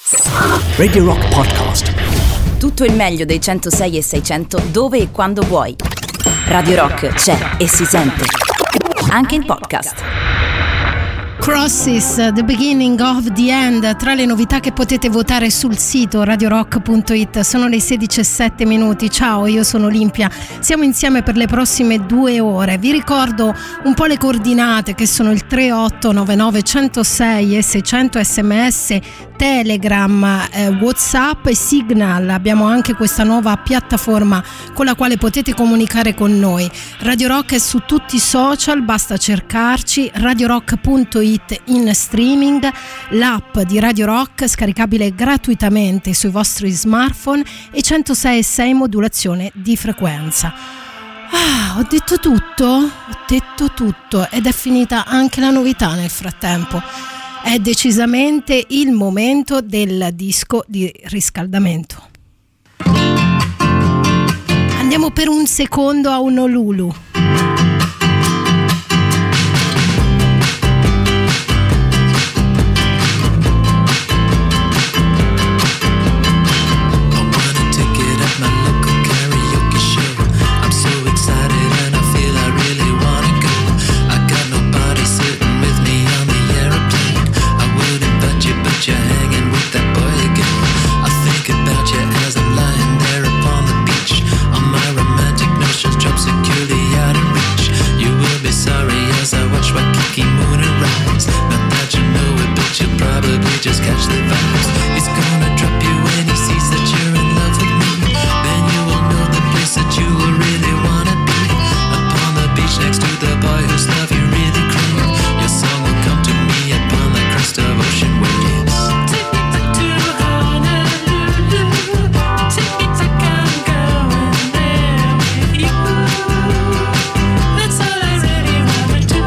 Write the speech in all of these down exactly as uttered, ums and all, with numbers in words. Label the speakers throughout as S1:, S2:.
S1: Radio Rock Podcast.
S2: Tutto il meglio dei centosei e seicento dove e quando vuoi. Radio Rock c'è e si sente anche in podcast.
S3: Crosses, The Beginning of the End, tra le novità che potete votare sul sito radio rock punto it. Sono le sedici e sette minuti. Ciao, io sono Olimpia. Siamo insieme per le prossime due ore. Vi ricordo un po' le coordinate, che sono il tre otto nove nove uno zero sei e seicento, sms, Telegram, eh, WhatsApp e Signal. Abbiamo anche questa nuova piattaforma con la quale potete comunicare con noi. Radio Rock è su tutti i social, basta cercarci. radio rock punto it in streaming, l'app di Radio Rock scaricabile gratuitamente sui vostri smartphone e centosei e sei modulazione di frequenza. Ah, ho detto tutto? Ho detto tutto ed è finita anche la novità nel frattempo. È decisamente il momento del disco di riscaldamento. Andiamo per un secondo a Honolulu.
S4: Just catch the vibes. He's gonna drop you when he sees that you're in love with me. Then you will know the place that you will really wanna be. Upon the beach next to the boy whose love you really crave. Your song will come to me upon the crest of ocean waves. Take me back to Honolulu. Take me back, I'm going there with you. That's all I really wanna do.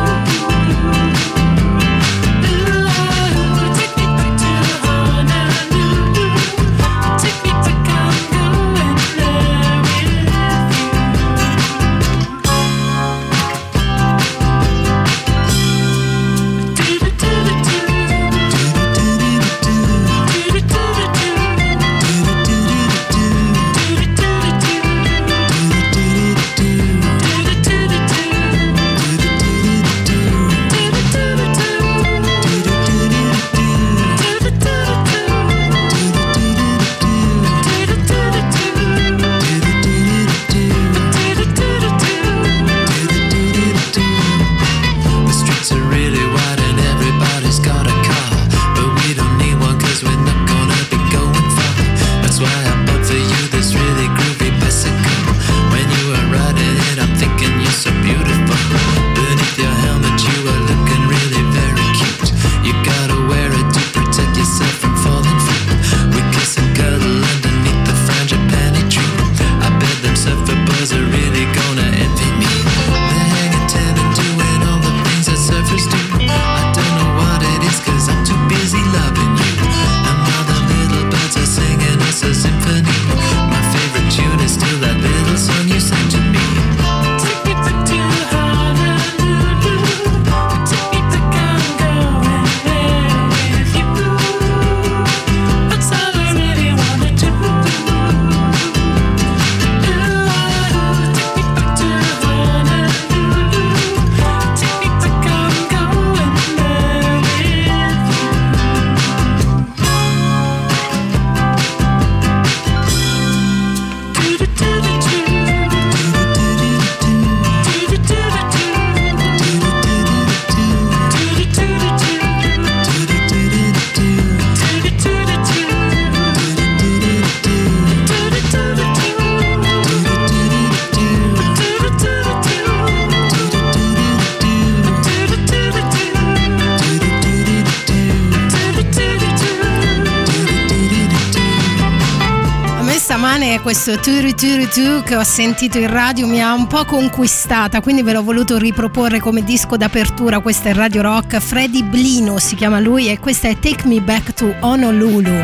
S4: Questo turu turu tu che ho sentito in radio mi ha un po' conquistata, quindi ve l'ho voluto riproporre come disco d'apertura. Questa è Radio Rock, Freddy Blino si chiama lui e questa è Take Me Back to Honolulu.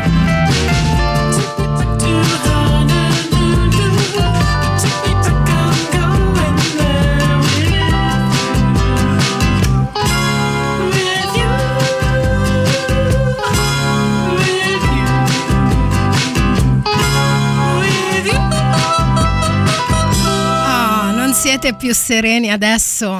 S3: lieti e più sereni adesso.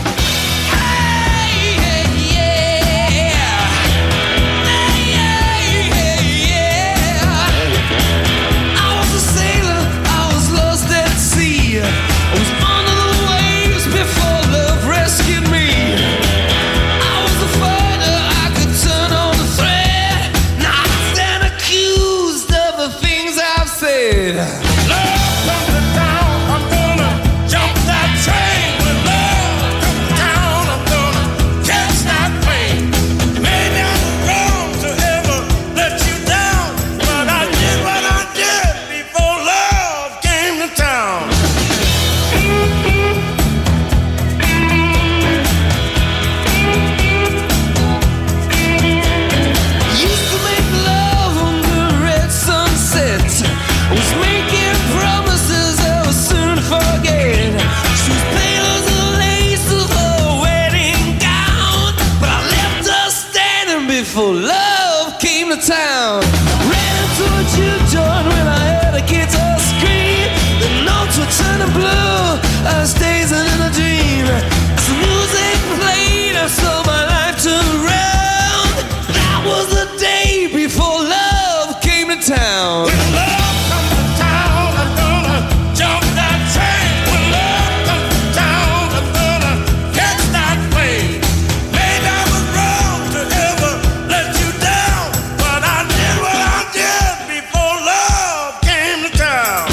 S5: For love came to town. Ran into a juke joint when I heard a guitar scream. The notes were turning blue. I was dazing in a dream. As the music played, I saw my life turn around. That was the day before love came to town. When love comes to town, I'm gonna jump that train. When love comes to town, I'm gonna catch that plane. Maybe I was wrong to ever let you down, but I did what I did before love came to town.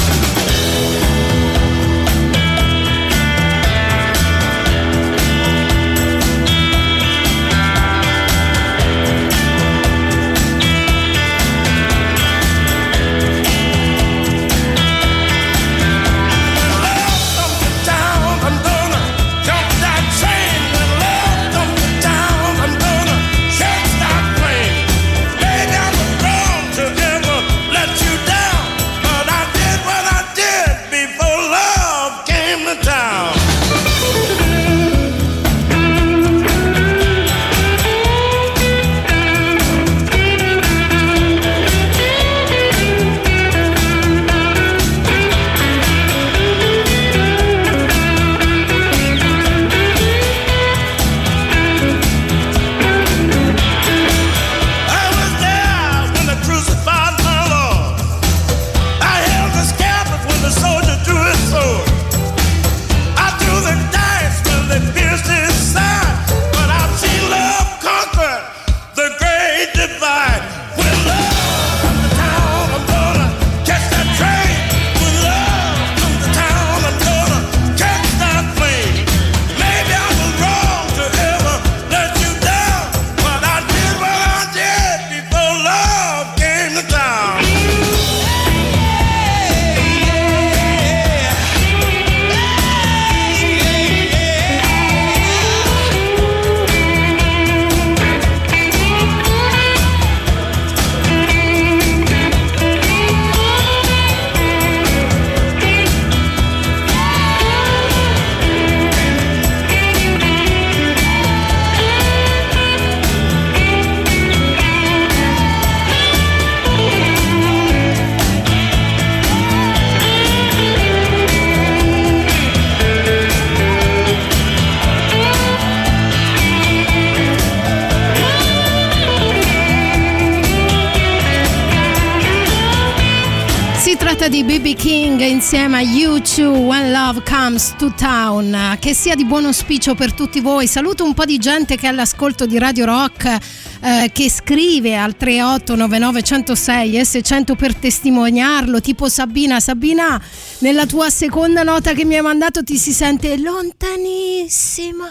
S3: Di B B King insieme a U due, When Love Comes to Town. Che sia di buon auspicio per tutti voi. Saluto un po' di gente che è all'ascolto di Radio Rock, eh, che scrive al tre otto nove nove uno zero sei e seicento per testimoniarlo, tipo Sabina. Sabina, nella tua seconda nota che mi hai mandato ti si sente lontanissima,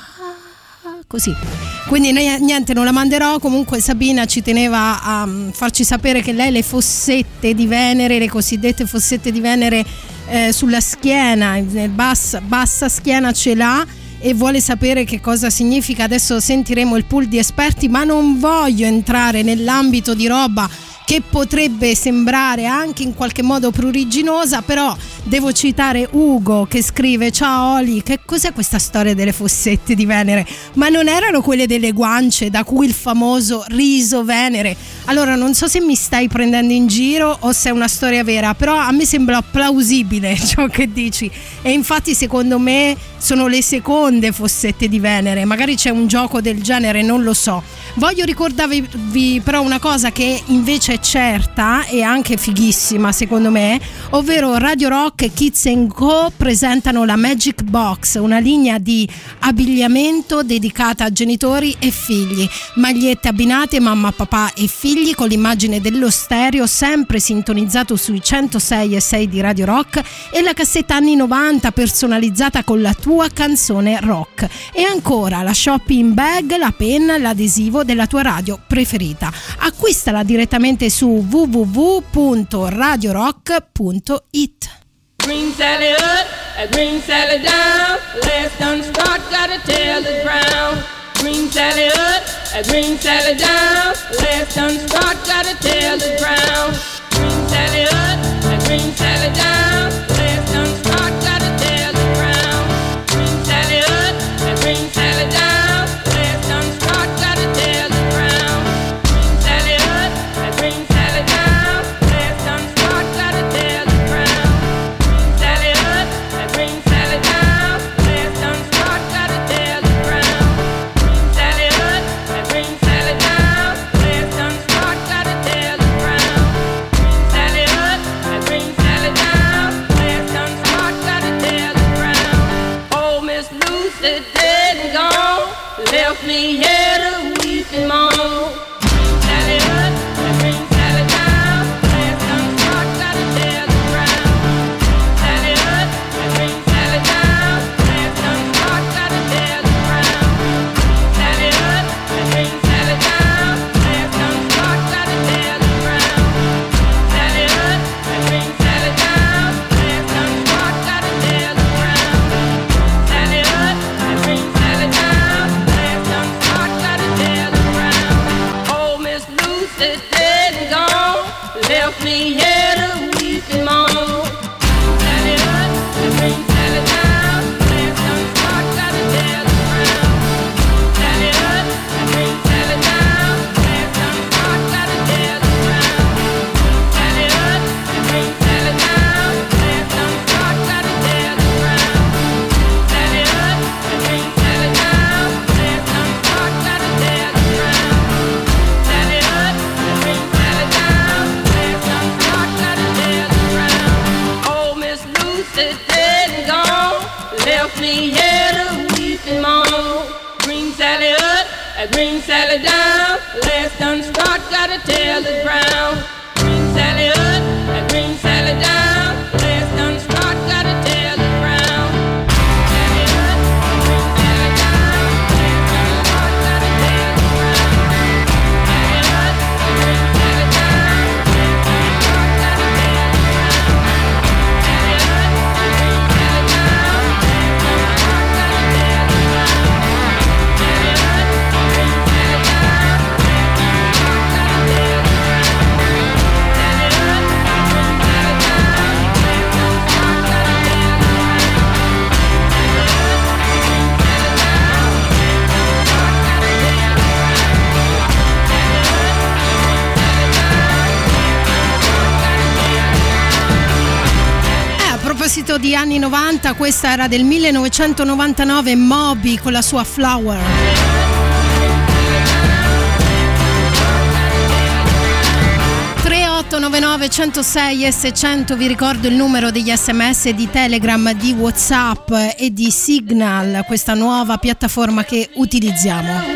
S3: così, quindi niente, non la manderò. Comunque Sabina ci teneva a farci sapere che lei le fossette di Venere, le cosiddette fossette di Venere eh, sulla schiena, bassa, bassa schiena ce l'ha, e vuole sapere che cosa significa. Adesso sentiremo il pool di esperti, ma non voglio entrare nell'ambito di roba che potrebbe sembrare anche in qualche modo pruriginosa, però devo citare Ugo che scrive: ciao Oli, che cos'è questa storia delle fossette di Venere? Ma non erano quelle delle guance da cui il famoso riso Venere? Allora non so se mi stai prendendo in giro o se è una storia vera, però a me sembra plausibile ciò che dici, e infatti secondo me sono le seconde fossette di Venere, magari c'è un gioco del genere, non lo so. Voglio ricordarvi però una cosa che invece è certa e anche fighissima secondo me, ovvero Radio Rock e Kids and Co presentano la Magic Box, una linea di abbigliamento dedicata a genitori e figli, magliette abbinate mamma, papà e figli con l'immagine dello stereo sempre sintonizzato sui centosei e sei di Radio Rock e la cassetta anni novanta personalizzata con la tua canzone rock, e ancora la shopping bag, la penna, l'adesivo della tua radio preferita. Acquistala direttamente su w w w punto radio rock punto it.
S6: Green Sally up, a green Sally down. Last done start, gotta tell the ground. Green Sally up, a green Sally down. Last done start, gotta tell the ground. Green Sally up, a green Sally down. Last done start, gotta tell the ground. Green Sally up, a green Sally down. Last done start, gotta tell the ground. Green Sally up, a green Sally down. Last done start, gotta tell the ground. Green Sally up, a green Sally down. Last done start, gotta tell the ground. Green Sally up, a green Sally down. Last done start, gotta tell the ground. Green Sally up, a green Sally down. Last done start, gotta tell the ground. Oh, Miss Lucy dead and gone, left me here to weep and moan. Green Sally up, a green Sally down. Last done start, gotta tell the ground. Green Sally up, a green Sally down. Last done start, gotta tell the ground. Green Sally up, a green Sally down. Last done start, gotta tell the ground. Green Sally up, a green Sally down. Last done start, gotta tell the ground. Green Sally up, a green Sally down. Last done start, gotta tell the ground. Oh, Miss Lucy dead and gone, left me here to weep and moan. Green Sally up, a green Sally down. Last done start, gotta tell the ground. Green Sally up, a green Sally down. Last done start, gotta tell the ground. Green Sally up, a green Sally down. Last done start, gotta tell the ground. Green Sally up, a green Sally down. Last done start, gotta tell the ground. Green Sally up, a green Sally down. Last done start, gotta tell the ground. Oh, Miss Lucy dead and gone, left me here to weep and moan. Green Sally up, a green Sally down. Last done start, gotta tell the ground. Green Sally up, a green Sally down. Last done start, gotta tell the ground. Green Sally up, a green Sally down. Last done start, gotta tell the ground. Green Sally up, a green Sally down. Last done start, gotta tell the ground. Green Sally up, a green Sally down. Last done start, gotta tell the ground. Green Sally up, a green Sally down. Last done start, gotta tell the
S3: A proposito di anni novanta, questa era del millenovecentonovantanove, Moby con la sua Flower. tre otto nove nove uno zero sei S cento, vi ricordo il numero degli sms, di Telegram, di WhatsApp e di Signal, questa nuova piattaforma che utilizziamo.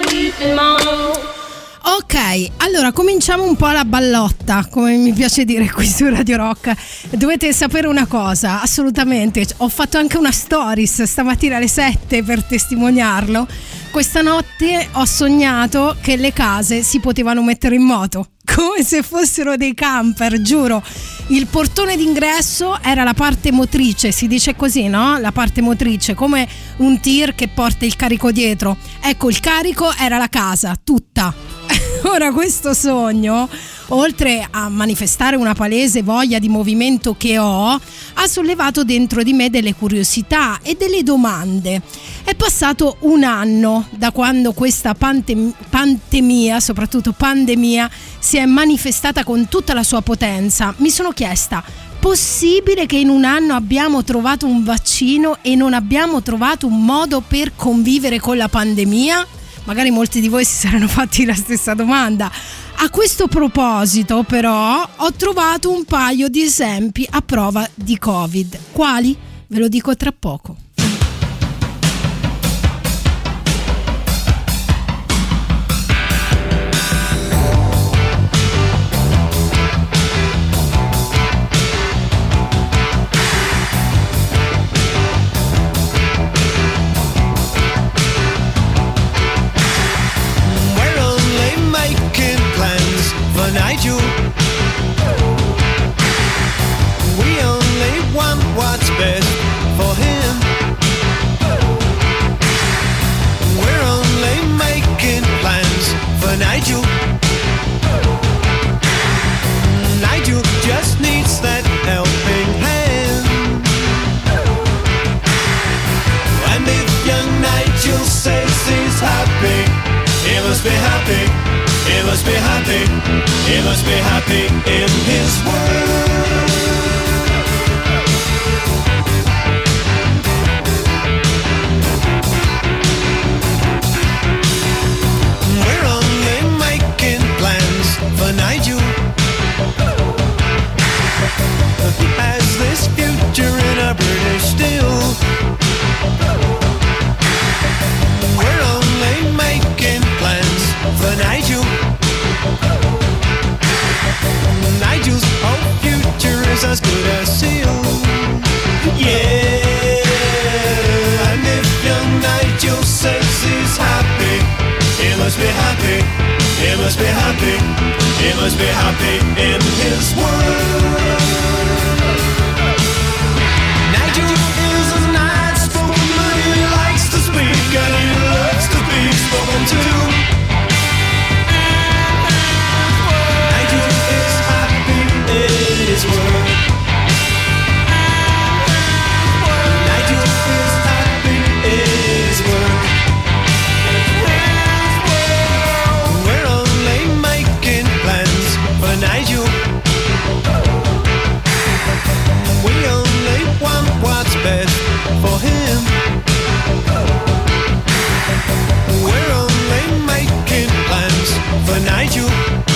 S3: Ok, allora cominciamo un po' la ballotta, come mi piace dire qui su Radio Rock. Dovete sapere una cosa, assolutamente, ho fatto anche una stories stamattina alle sette per testimoniarlo. Questa notte ho sognato che le case si potevano mettere in moto, come se fossero dei camper, giuro. Il portone d'ingresso era la parte motrice, si dice così, no? La parte motrice, come un tir che porta il carico dietro. Ecco, il carico era la casa, tutta. Ora questo sogno oltre a manifestare una palese voglia di movimento che ho, ha sollevato dentro di me delle curiosità e delle domande. È passato un anno da quando questa pante- pandemia, soprattutto pandemia, si è manifestata con tutta la sua potenza. Mi sono chiesta: possibile che in un anno abbiamo trovato un vaccino e non abbiamo trovato un modo per convivere con la pandemia? Magari molti di voi si saranno fatti la stessa domanda. A questo proposito, però, ho trovato un paio di esempi a prova di Covid. Quali? Ve lo dico tra poco.
S5: Nigel, we only want what's best for him. We're only making plans for Nigel. Nigel just needs that helping hand. And if young Nigel says he's happy, he must be happy. He must be happy, he must be happy in his world. We're only making plans for Nigel. Has this future in a British still? We're only making plans for Nigel. Nigel's whole future is as good as sealed. Yeah, and if young Nigel says he's happy, he must be happy, he must be happy, he must be happy in his world. Nigel is an outspoken man, he likes to speak and he loves to be spoken to. His world. Nigel is happy in his world. We're only making plans for Nigel. We only want what's best for him. We're only making plans for Nigel.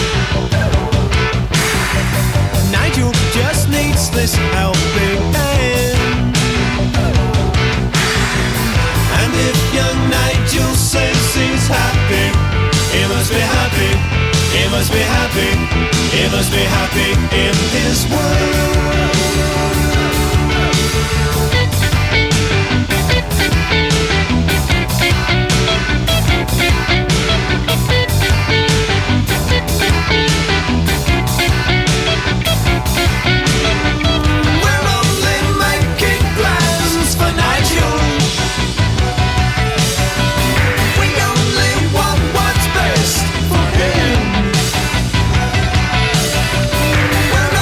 S5: Nigel just needs this helping hand. And if young Nigel says he's happy, he must be happy, he must be happy, he must be happy in his world. We're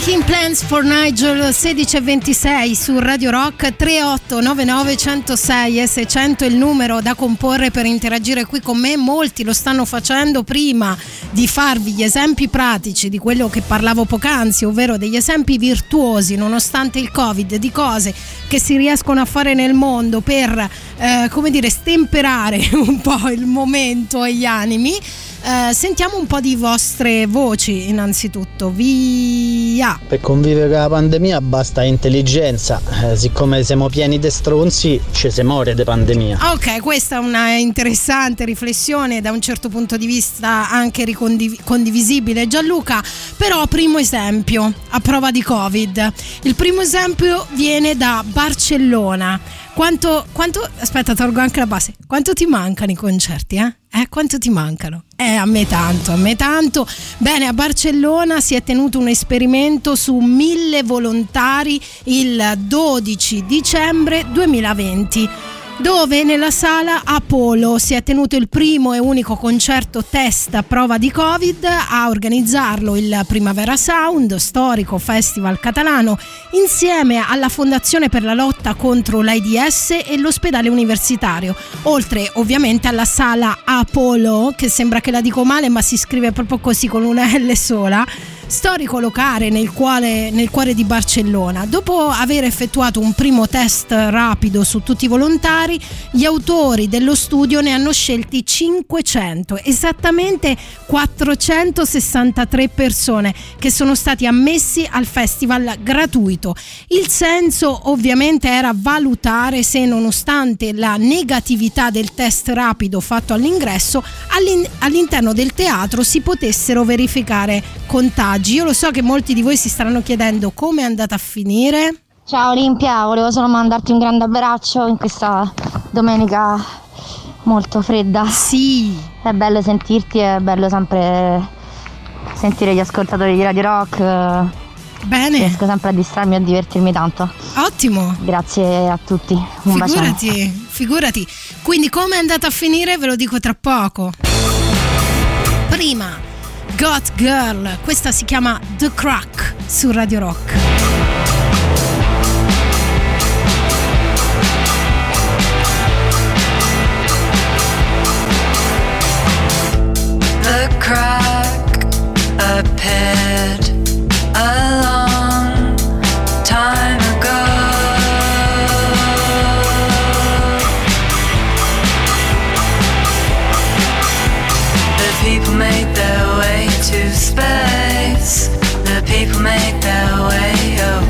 S3: Making Plans for Nigel, sedici e ventisei su Radio Rock. Tre otto nove nove uno zero sei e seicento è il numero da comporre per interagire qui con me. Molti lo stanno facendo prima di farvi gli esempi pratici di quello che parlavo poc'anzi, ovvero degli esempi virtuosi nonostante il Covid, di cose che si riescono a fare nel mondo per eh, come dire stemperare un po' il momento e gli animi. Eh, sentiamo un po' di vostre voci innanzitutto, via.
S7: Per convivere con la pandemia basta intelligenza, eh, siccome siamo pieni di stronzi ci si muore di pandemia.
S3: Ok, questa è una interessante riflessione, da un certo punto di vista anche ricondiv- condivisibile. Gianluca, però primo esempio a prova di Covid. Il primo esempio viene da Barcellona. Quanto, quanto, aspetta, tolgo anche la base. Quanto ti mancano i concerti, eh? Eh, quanto ti mancano? Eh, a me tanto, a me tanto. Bene, a Barcellona si è tenuto un esperimento su mille volontari il dodici dicembre duemilaventi, dove nella sala Apollo si è tenuto il primo e unico concerto test a prova di Covid. A organizzarlo il Primavera Sound, storico festival catalano, insieme alla Fondazione per la lotta contro l'AIDS e l'ospedale universitario, oltre ovviamente alla sala Apollo, che sembra che la dico male ma si scrive proprio così con una L sola, storico locale nel quale, nel cuore di Barcellona. Dopo aver effettuato un primo test rapido su tutti i volontari, gli autori dello studio ne hanno scelti cinquecento, esattamente quattrocentosessantatré persone che sono stati ammessi al festival gratuito. Il senso ovviamente era valutare se, nonostante la negatività del test rapido fatto all'ingresso, all'in- all'interno del teatro si potessero verificare contagi. Io lo so che molti di voi si staranno chiedendo come è andata a finire.
S8: Ciao Olimpia, volevo solo mandarti un grande abbraccio in questa domenica molto fredda.
S3: Sì.
S8: È bello sentirti, è bello sempre sentire gli ascoltatori di Radio Rock.
S3: Bene.
S8: Riesco sempre a distrarmi e a divertirmi tanto.
S3: Ottimo.
S8: Grazie a tutti. Un bacione.
S3: Figurati, figurati. Quindi come è andata a finire ve lo dico tra poco. Prima Got Girl, questa si chiama The Crack su Radio Rock.
S9: The crack appeared a long time ago. The people made their way to space. The people made their way away.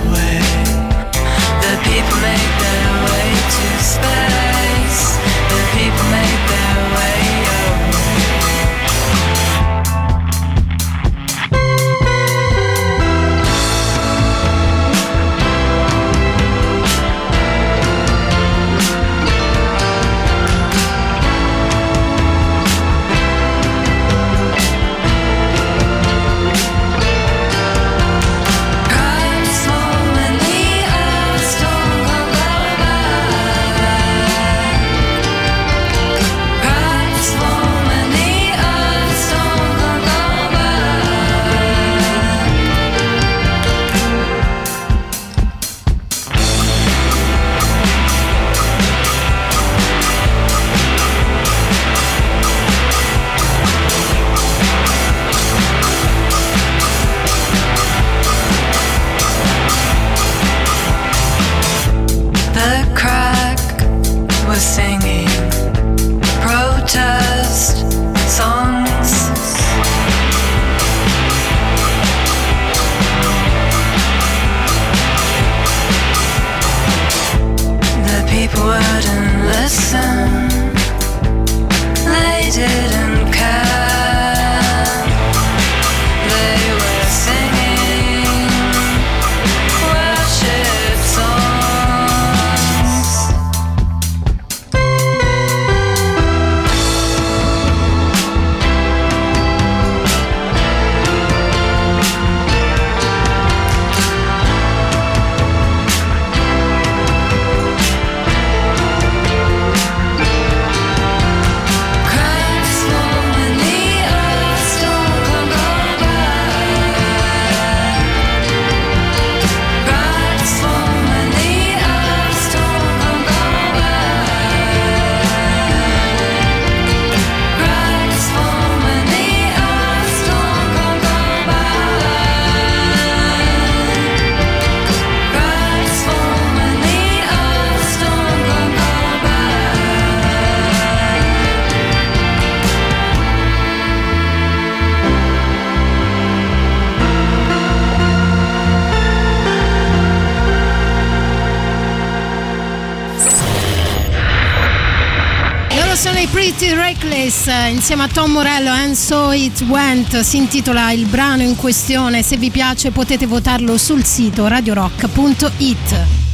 S3: Pretty Reckless insieme a Tom Morello, And So It Went si intitola il brano in questione. Se vi piace potete votarlo sul sito radio rock punto it.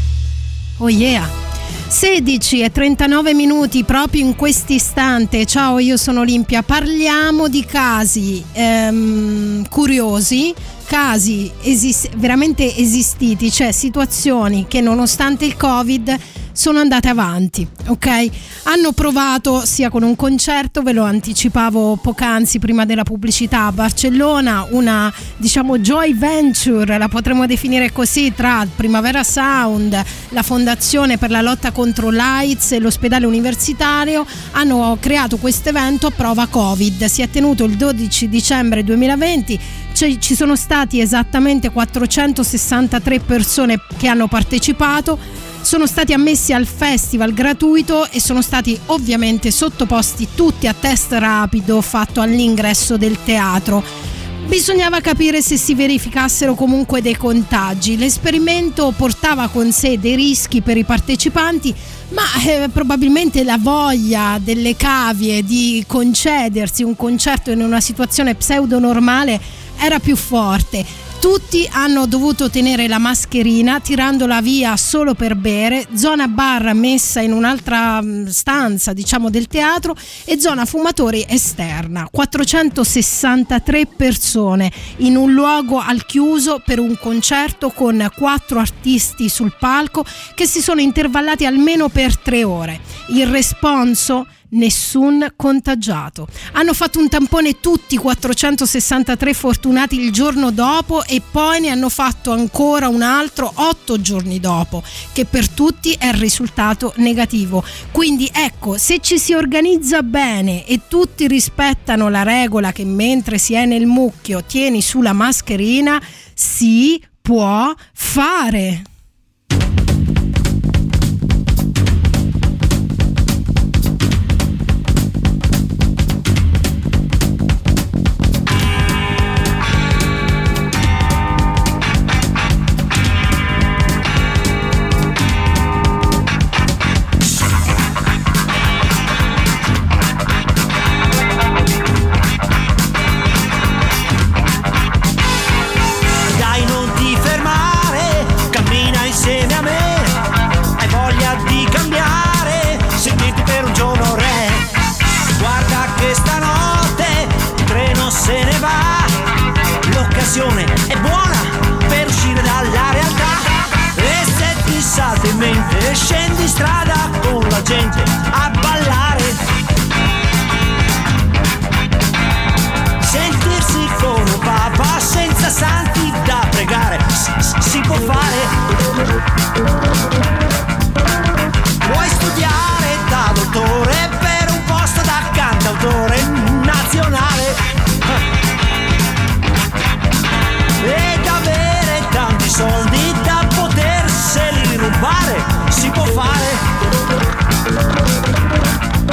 S3: Oh yeah! sedici e trentanove minuti proprio in quest'istante. Ciao, io sono Olimpia. Parliamo di casi ehm, curiosi, casi esist- veramente esistiti, cioè situazioni che nonostante il Covid sono andate avanti, ok? Hanno provato sia con un concerto, ve lo anticipavo poc'anzi prima della pubblicità, a Barcellona, una diciamo joy venture, la potremmo definire così, tra Primavera Sound, la Fondazione per la lotta contro l'AIDS e l'ospedale universitario hanno creato questo evento a prova Covid. Si è tenuto il dodici dicembre duemilaventi, cioè, ci sono stati esattamente quattrocentosessantatré persone che hanno partecipato. Sono stati ammessi al festival gratuito e sono stati ovviamente sottoposti tutti a test rapido fatto all'ingresso del teatro. Bisognava capire se si verificassero comunque dei contagi. L'esperimento portava con sé dei rischi per i partecipanti, ma eh, probabilmente la voglia delle cavie di concedersi un concerto in una situazione pseudo normale era più forte. Tutti hanno dovuto tenere la mascherina tirandola via solo per bere, zona bar messa in un'altra stanza diciamo del teatro e zona fumatori esterna. quattrocentosessantatré persone in un luogo al chiuso per un concerto con quattro artisti sul palco che si sono intervallati almeno per tre ore. Il responso? Nessun contagiato. Hanno fatto un tampone tutti quattrocentosessantatré fortunati il giorno dopo e poi ne hanno fatto ancora un altro otto giorni dopo, che per tutti è il risultato negativo. Quindi ecco, se ci si organizza bene e tutti rispettano la regola che mentre si è nel mucchio tieni sulla mascherina, si può fare.
S5: È buona per uscire dalla realtà e se ti salta in mente scendi in strada con la gente a ballare, sentirsi con un papa senza santi da pregare si, si può fare. Puoi studiare da dottore per un posto da cantautore nazionale ed avere tanti soldi da poterseli rubare, si può fare.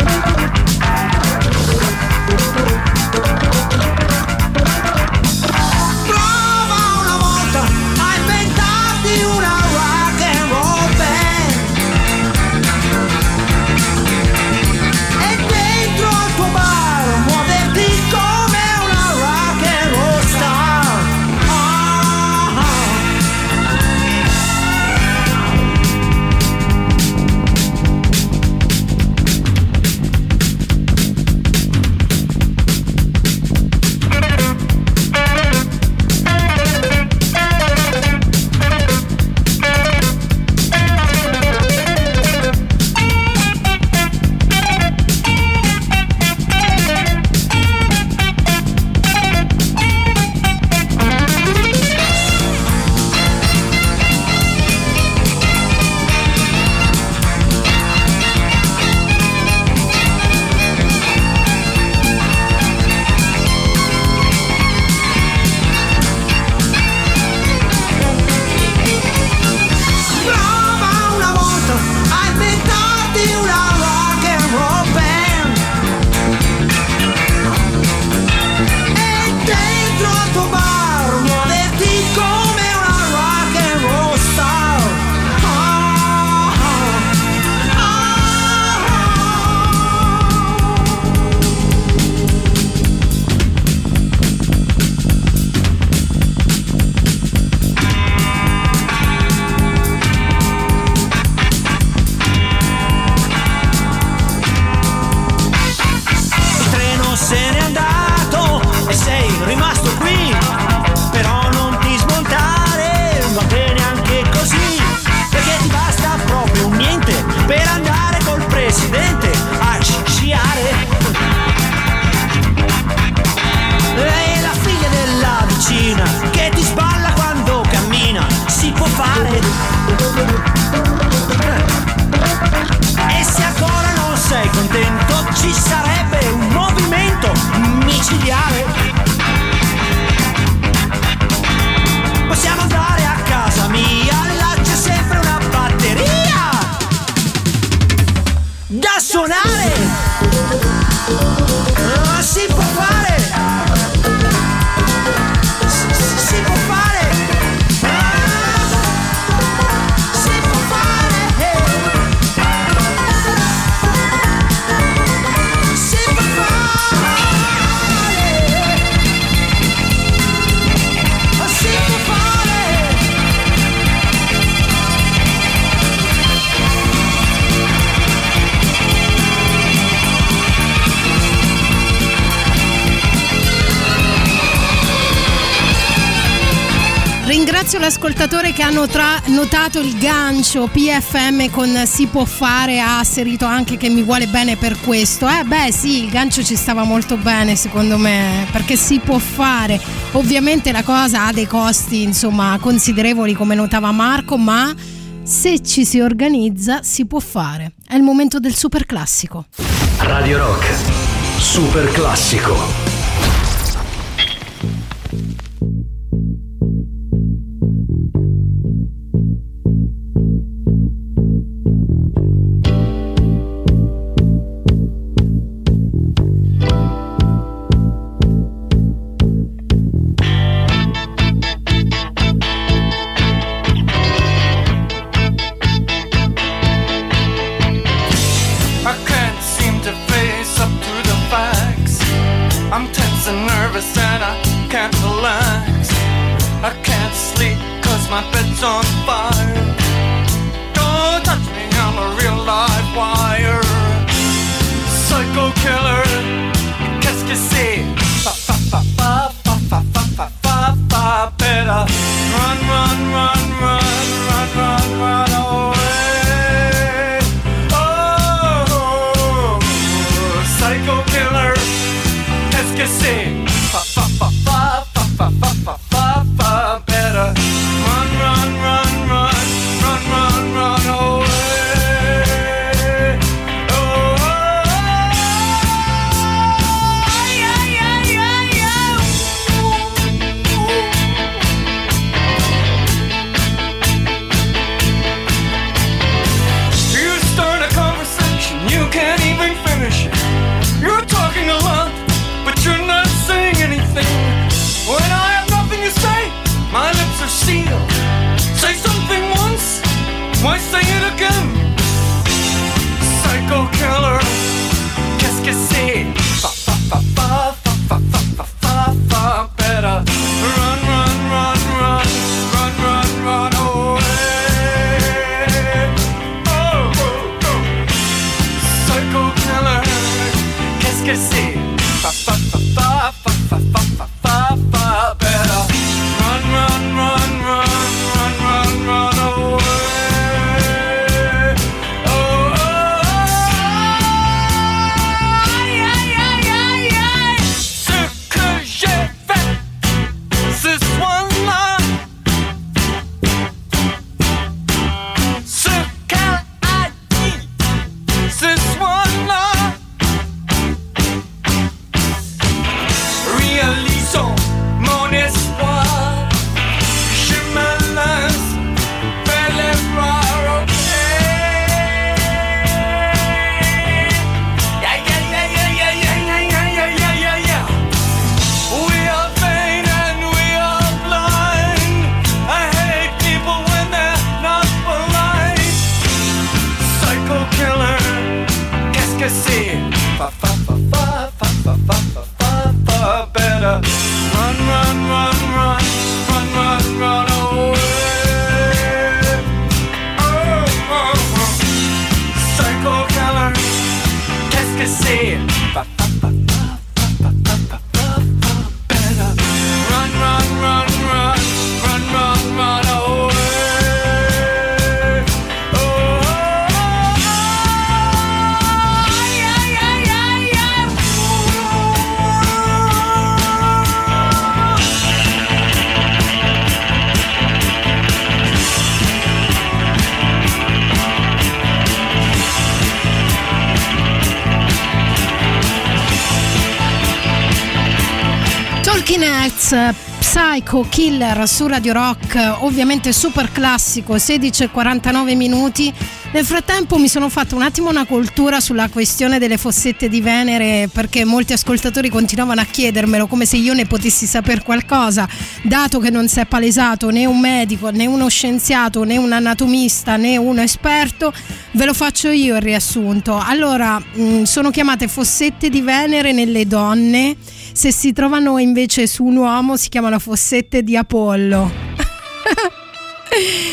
S3: ringrazio l'ascoltatore che ha nota- notato il gancio P F M con si può fare, ha asserito anche che mi vuole bene per questo. Eh beh sì, il gancio ci stava molto bene secondo me, perché si può fare. Ovviamente la cosa ha dei costi insomma considerevoli come notava Marco, ma se ci si organizza si può fare. È il momento del super classico.
S1: Radio Rock, super classico.
S10: My bed's on fire. Don't touch me, I'm a real live wire. Psycho killer, qu'est-ce que c'est? Fa fa fa fa fa fa fa fa fa fa. Better run, run, run, run, run, run, run away. Oh, psycho killer, qu'est-ce que c'est? Fa fa fa fa fa fa fa fa fa fa. Better. Say something once, why say it again? Psycho killer, qu'est-ce que c'est? Fa fa fa fa fa fa fa fa fa fa. Better run, run, run, run, run, run, run away. Oh, oh, oh. Psycho killer, qu'est-ce que c'est? Fa fa fa fa fa fa fa fa fa fa. Better run, run, run, run.
S3: Psycho Killer su Radio Rock, ovviamente super classico, sedici e quarantanove minuti. Nel frattempo mi sono fatto un attimo una cultura sulla questione delle fossette di Venere, perché molti ascoltatori continuavano a chiedermelo come se io ne potessi saper qualcosa, dato che non si è palesato né un medico, né uno scienziato, né un anatomista, né uno esperto. Ve lo faccio io il riassunto. Allora, mh, sono chiamate fossette di Venere nelle donne. Se si trovano invece su un uomo si chiamano fossette di Apollo.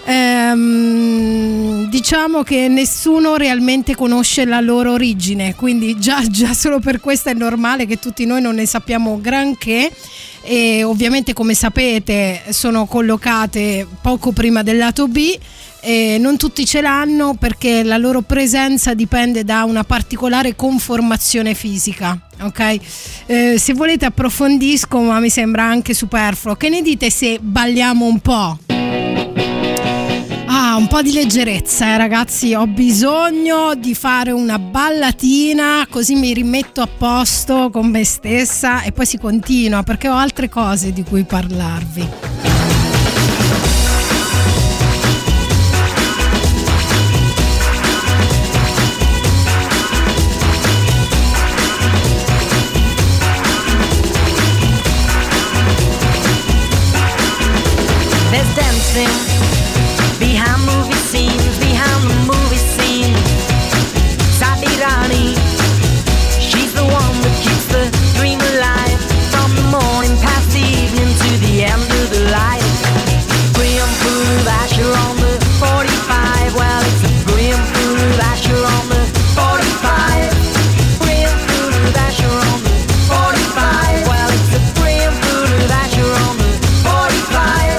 S3: ehm, diciamo che nessuno realmente conosce la loro origine, quindi già, già solo per questo è normale che tutti noi non ne sappiamo granché. E ovviamente, come sapete, sono collocate poco prima del lato B. E non tutti ce l'hanno perché la loro presenza dipende da una particolare conformazione fisica, ok? Eh, se volete approfondisco, ma mi sembra anche superfluo. Che ne dite se balliamo un po'? Ah, un po' di leggerezza, eh, ragazzi, ho bisogno di fare una ballatina, così mi rimetto a posto con me stessa e poi si continua, perché ho altre cose di cui parlarvi.
S11: There's dancing behind movie scenes, behind the movie scene. Sadi Rani, she's the one that keeps the dream alive. From the morning past the evening to the end of the light. Brim full of Asher on the forty-five. Well, it's a brim full of Asher on the forty-five. Brim full of Asher on the forty-five. Well, it's a brim full of Asher on the forty-five.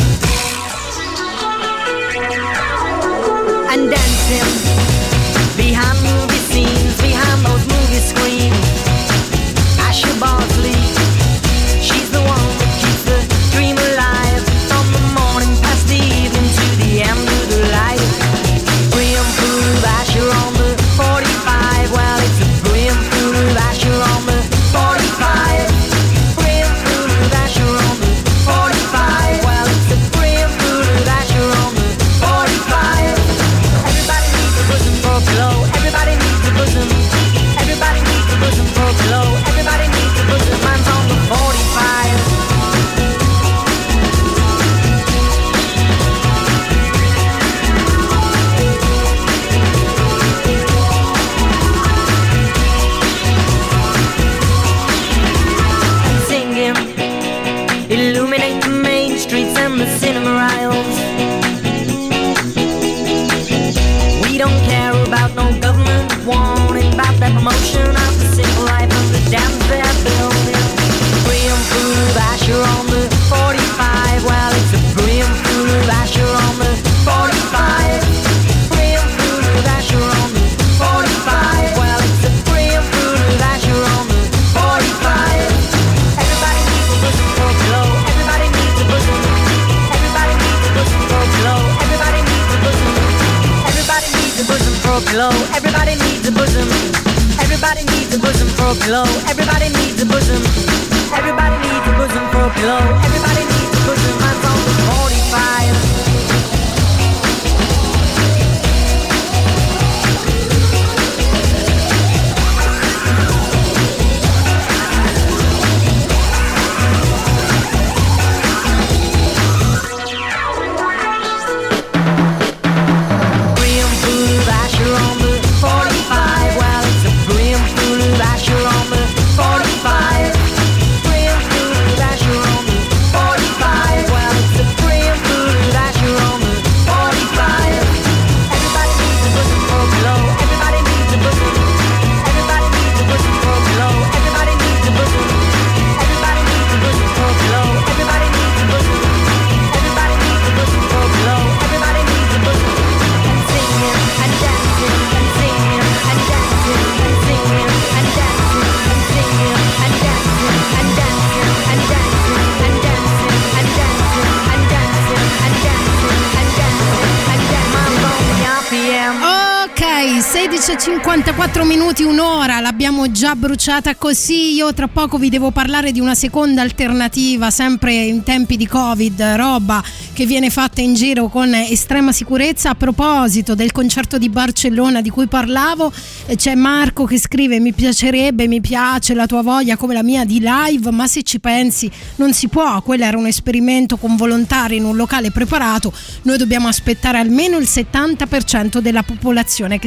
S11: And dancing behind movie scenes, behind those movie screens. Asher Bosley, she's the one that keeps the dream alive. From the morning past the evening to the end of the light. Brim full of Asher on the forty-five. Well, it's a brim full of Asher on the forty-five. Brim full of Asher on the forty-five. Well, it's a brim full of Asher on the forty-five. Everybody needs a bosom for a glow. Everybody needs a bosom. Everybody needs a bosom for a glow. Everybody needs a bosom. Mine's on the forty-five. And singing, illuminate the main streets and the cinema aisles. We don't care about no government warning about that promotion of the simple life of the dams they're building. Brim full of Asher on the forty-five. Well, it's a brim full of Asher on the forty-five. Brim full of Asher on the forty-five. Well, it's a brim full of Asher on the forty-five. Everybody needs a bosom for a glow. Everybody needs a bosom. Everybody needs a bosom for a glow. Everybody needs a bosom. Everybody needs a bosom for a glow. Everybody needs a bosom. Everybody needs a bosom for a glow. Everybody needs a bosom. Everybody needs a bosom for a glow. Everybody needs a bosom. Mine's on the forty-five. Brim full of Asher on the forty-five. Well, it's a brim full of Asher on the forty-five. Brim full of Asher on the forty-five. Well, it's a brim full of Asher on the forty-five. Everybody needs a bosom for a glow. Everybody needs a bosom. Everybody needs a bosom for a glow. Everybody needs a bosom. Everybody needs a bosom for a glow. Everybody needs a bosom. Everybody needs a bosom for a glow. Everybody needs a bosom. And singing and dancing and singing and dancing and singing and dancing and singing and dancing and dancing and dancing and dancing and dancing and dancing and dancing and dancing and dancing. Mamma mia, P M.
S3: Ok, sedici e cinquantaquattro minuti, un'ora, l'abbiamo già bruciata così. Io tra poco vi devo parlare di una seconda alternativa, sempre in tempi di Covid, roba che viene fatta in giro con estrema sicurezza. A proposito del concerto di Barcellona di cui parlavo, c'è Marco che scrive: mi piacerebbe, mi piace la tua voglia come la mia di live, ma se ci pensi non si può, quello era un esperimento con volontari in un locale preparato, noi dobbiamo aspettare almeno il settanta per cento della popolazione che sia vaccinata.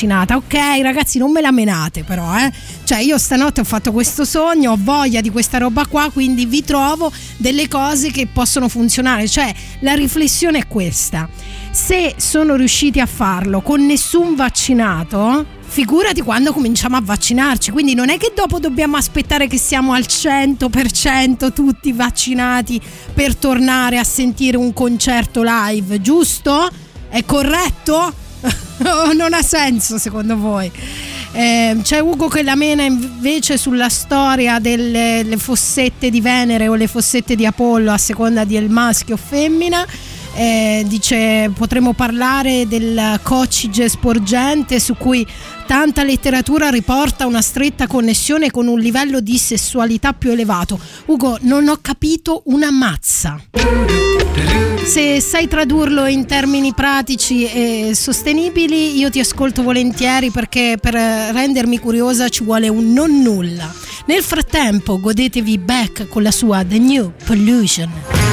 S3: vaccinata. Ok ragazzi, non me la menate però, eh. Cioè io stanotte ho fatto questo sogno, ho voglia di questa roba qua, quindi vi trovo delle cose che possono funzionare. Cioè la riflessione è questa: se sono riusciti a farlo con nessun vaccinato, figurati quando cominciamo a vaccinarci. Quindi non è che dopo dobbiamo aspettare che siamo al cento per cento tutti vaccinati per tornare a sentire un concerto live, giusto? È corretto? Non ha senso secondo voi? Eh, c'è Ugo che la mena invece sulla storia delle le fossette di Venere o le fossette di Apollo, a seconda di il maschio o femmina. Eh, dice potremmo parlare del coccige sporgente, su cui tanta letteratura riporta una stretta connessione con un livello di sessualità più elevato. Ugo, non ho capito una mazza. Se sai tradurlo in termini pratici e sostenibili, io ti ascolto volentieri, perché per rendermi curiosa ci vuole un non nulla. Nel frattempo godetevi Beck con la sua The New Pollution.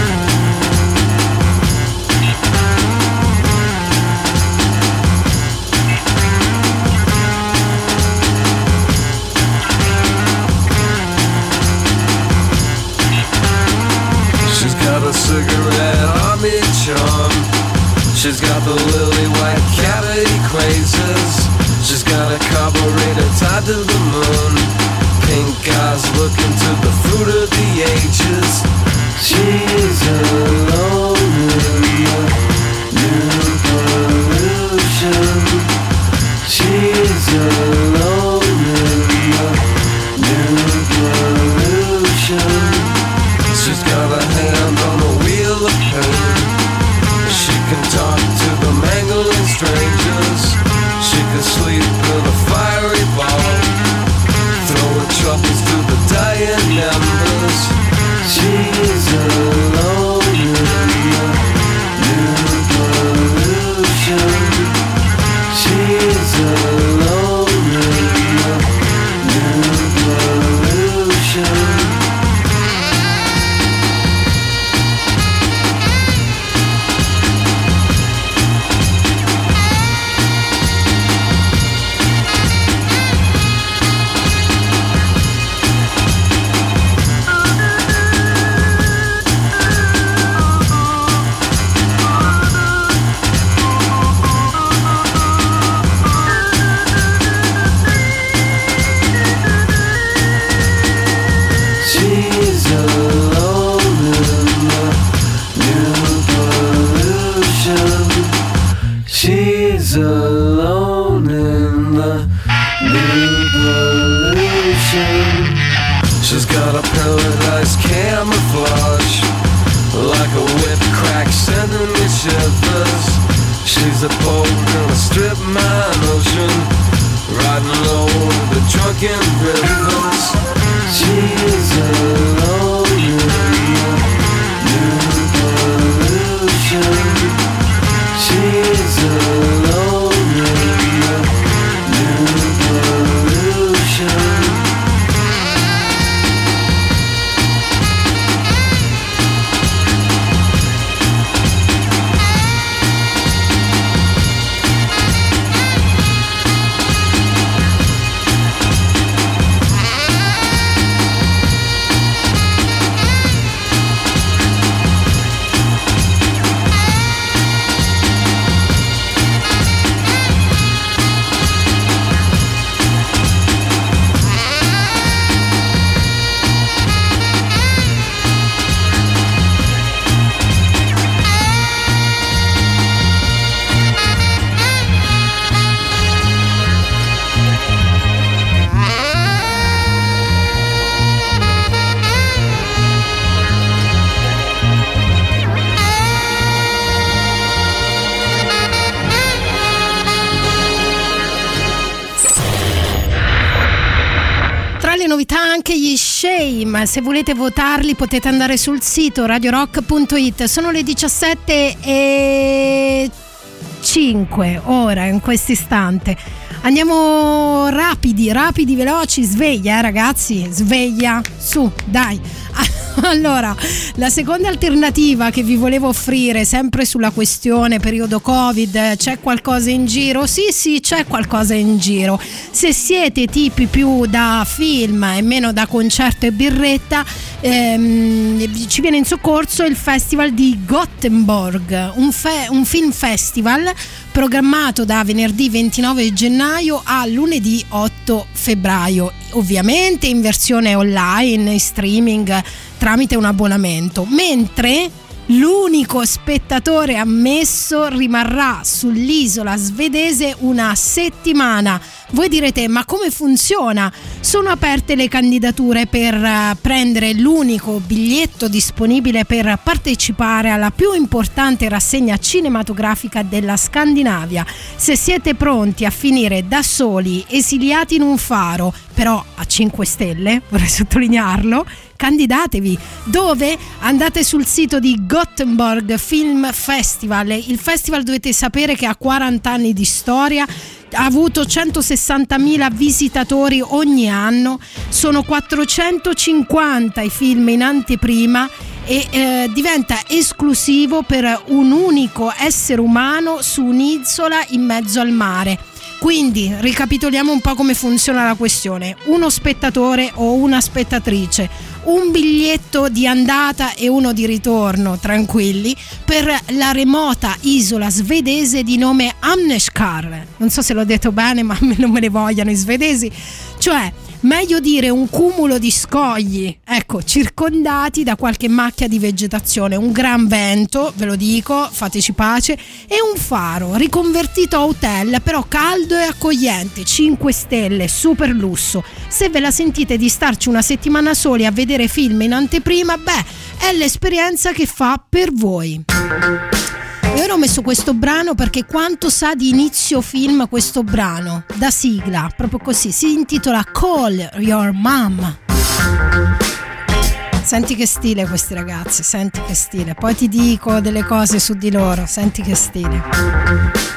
S5: A cigarette on each arm. She's got the lily white cavity crazes. She's got a carburetor tied to the moon. Pink eyes looking to the fruit of the ages. She's alone in the new pollution. She's alone in the new pollution. She's got a hand on the wheel of pain. She can talk to the mangling strangers. She can sleep in a fiery ball, throwing troubles to the dying embers. She's alone in the new pollution. She's alone in the new pollution. She's alone in the new pollution. She's got a paradise camouflage, like a whip crack sending me shivers. She's a boat in a strip mine ocean, riding low in the drunken rivers. She's alone in the new pollution. She's alone in the new pollution.
S3: Novità anche gli Shame, se volete votarli potete andare sul sito radio rock punto it. Sono le diciassette e cinque ora in questo istante. Andiamo rapidi, rapidi, veloci. Sveglia, eh, ragazzi, sveglia, su, dai. Allora, la seconda alternativa che vi volevo offrire, sempre sulla questione periodo Covid, c'è qualcosa in giro? Sì, sì, c'è qualcosa in giro. Se siete tipi più da film e meno da concerto e birretta, ehm, ci viene in soccorso il festival di Gothenburg, un, fe- un film festival programmato da venerdì ventinove gennaio a lunedì otto febbraio, ovviamente in versione online, in streaming, tramite un abbonamento, mentre l'unico spettatore ammesso rimarrà sull'isola svedese una settimana. Voi direte, ma come funziona? Sono aperte le candidature per uh, prendere l'unico biglietto disponibile per partecipare alla più importante rassegna cinematografica della Scandinavia. Se siete pronti a finire da soli, esiliati in un faro, però a cinque stelle, vorrei sottolinearlo, candidatevi. Dove? Andate sul sito di Gothenburg Film Festival. Il festival, dovete sapere, che ha quaranta anni di storia, ha avuto centosessantamila visitatori ogni anno, sono quattrocentocinquanta i film in anteprima e eh, diventa esclusivo per un unico essere umano su un'isola in mezzo al mare. Quindi ricapitoliamo un po' come funziona la questione: uno spettatore o una spettatrice, un biglietto di andata e uno di ritorno, tranquilli, per la remota isola svedese di nome Amneskar. Non so se l'ho detto bene, ma non me ne vogliano i svedesi. Cioè, meglio dire un cumulo di scogli, ecco, circondati da qualche macchia di vegetazione, un gran vento, ve lo dico, fateci pace, e un faro riconvertito a hotel, però caldo e accogliente, cinque stelle, super lusso. Se ve la sentite di starci una settimana soli a vedere film in anteprima, beh, è l'esperienza che fa per voi. E ora ho messo questo brano perché quanto sa di inizio film questo brano, da sigla, proprio così, si intitola Call Your Mom. Senti che stile questi ragazzi, senti che stile, poi ti dico delle cose su di loro, senti che stile.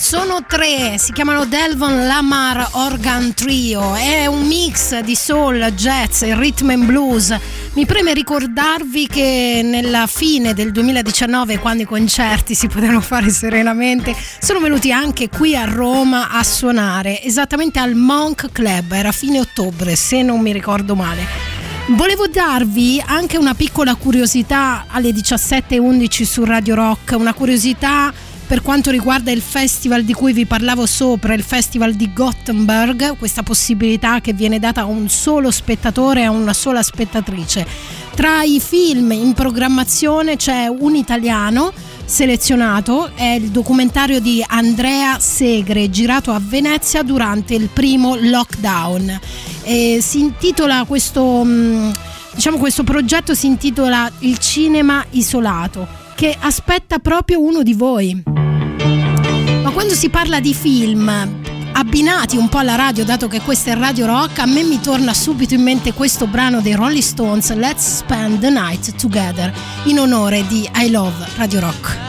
S3: Sono tre, si chiamano Delvon Lamar Organ Trio, è un mix di soul, jazz e rhythm and blues. Mi preme ricordarvi che nella fine del duemiladiciannove, quando i concerti si potevano fare serenamente, sono venuti anche qui a Roma a suonare, esattamente al Monk Club, era fine ottobre se non mi ricordo male. Volevo darvi anche una piccola curiosità alle diciassette e undici su Radio Rock, una curiosità per quanto riguarda il festival di cui vi parlavo sopra, il festival di Gothenburg, questa possibilità che viene data a un solo spettatore, a una sola spettatrice. Tra i film in programmazione c'è un italiano selezionato, è il documentario di Andrea Segre, girato a Venezia durante il primo lockdown. E si intitola questo, diciamo, questo progetto si intitola Il cinema isolato, che aspetta proprio uno di voi. Ma quando si parla di film abbinati un po' alla radio, dato che questa è Radio Rock, a me mi torna subito in mente questo brano dei Rolling Stones, Let's Spend the Night Together, in onore di I Love Radio Rock.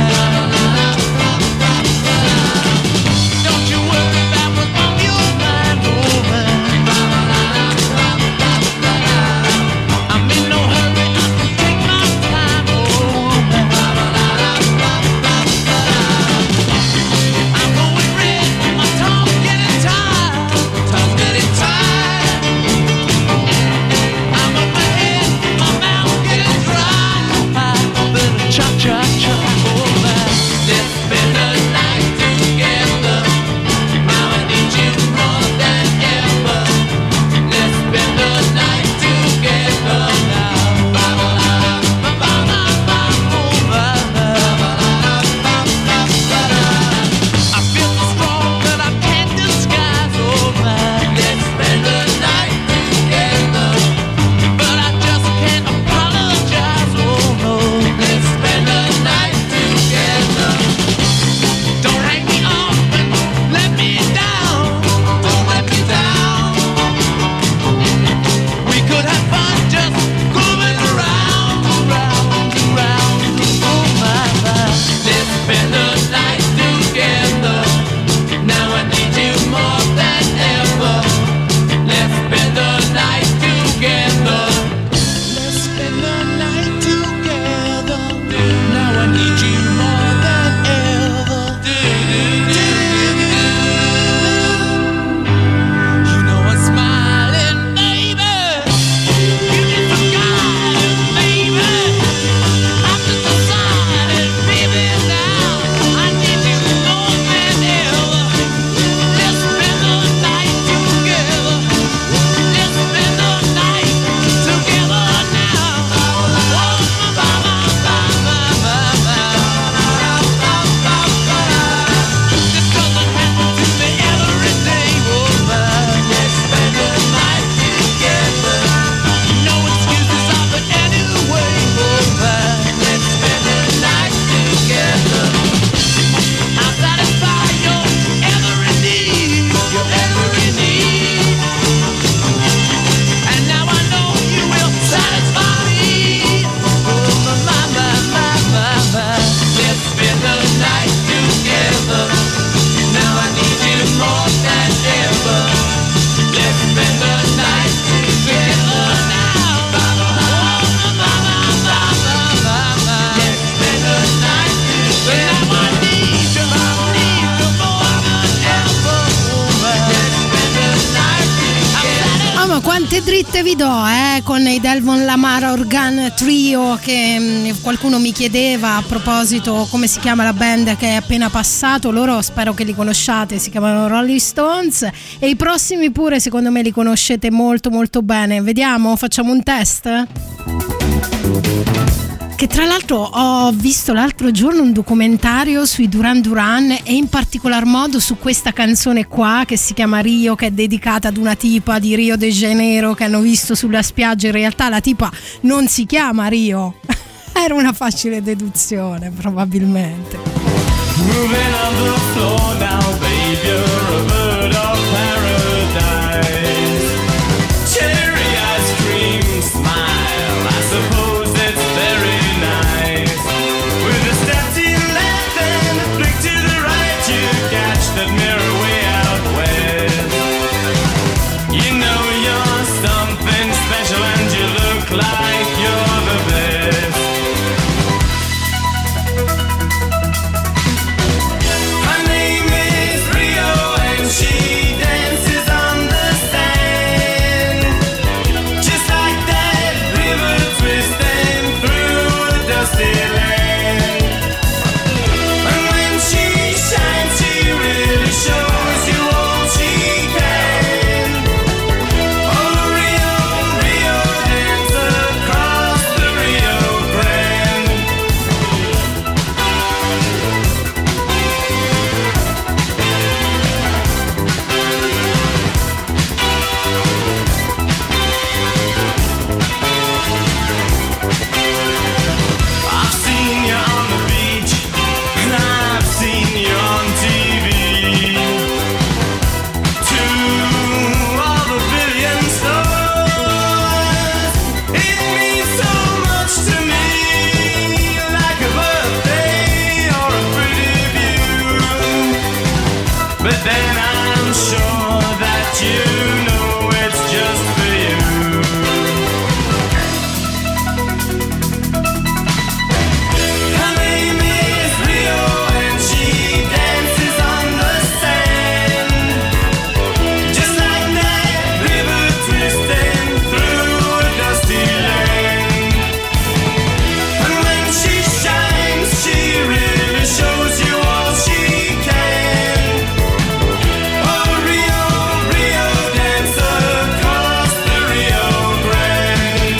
S3: Dritte vi do eh, con i Delvon Lamar Organ Trio, che mh, qualcuno mi chiedeva a proposito come si chiama la band che è appena passato. Loro spero che li conosciate, si chiamano Rolling Stones, e i prossimi pure secondo me li conoscete molto molto bene. Vediamo, facciamo un test? Che tra l'altro ho visto l'altro giorno un documentario sui Duran Duran, e in particolar modo su questa canzone qua che si chiama Rio, che è dedicata ad una tipa di Rio de Janeiro che hanno visto sulla spiaggia. In realtà la tipa non si chiama Rio. Era una facile deduzione probabilmente.
S5: Moving on the floor now, baby, you're a bird of paradise. Cherry ice cream smile, I suppose it's very nice. With a step to your left and a flick to the right, you got but then I'm sure that you know it's just for you. Her name is Rio and she dances on the sand, just like that river twisting through a dusty land. And when she shines, she really shows you all she can. Oh, Rio, Rio, dance across the Rio Grande.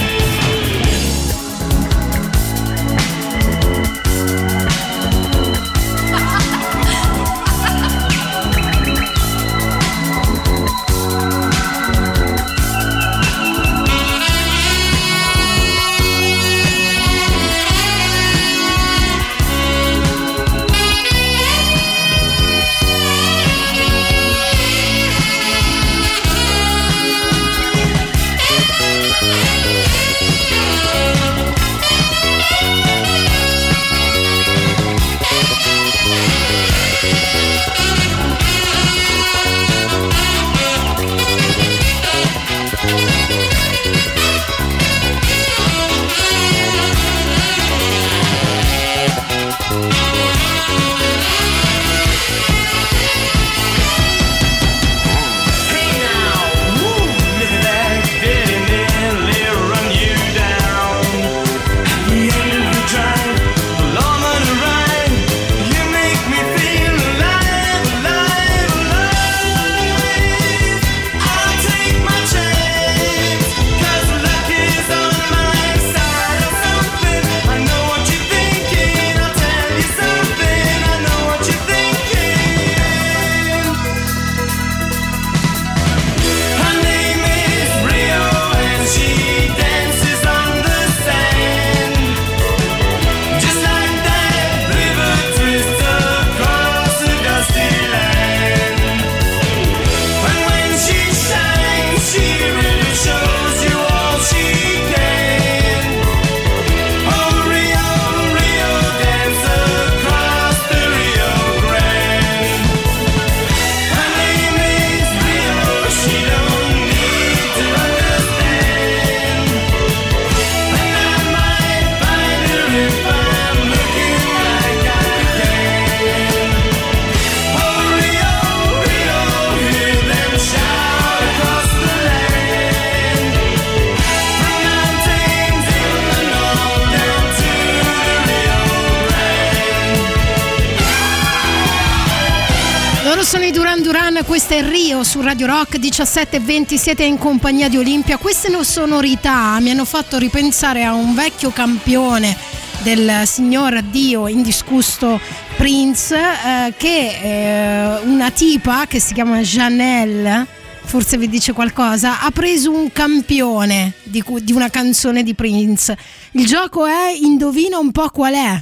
S3: Sono i Duran Duran, questa è Rio su Radio Rock. Diciassette e venti, siete in compagnia di Olimpia. Queste sonorità mi hanno fatto ripensare a un vecchio campione del signor Dio indiscusso Prince, eh, che eh, una tipa che si chiama Janelle, forse vi dice qualcosa, ha preso un campione di, di una canzone di Prince. Il gioco è indovina un po' qual è.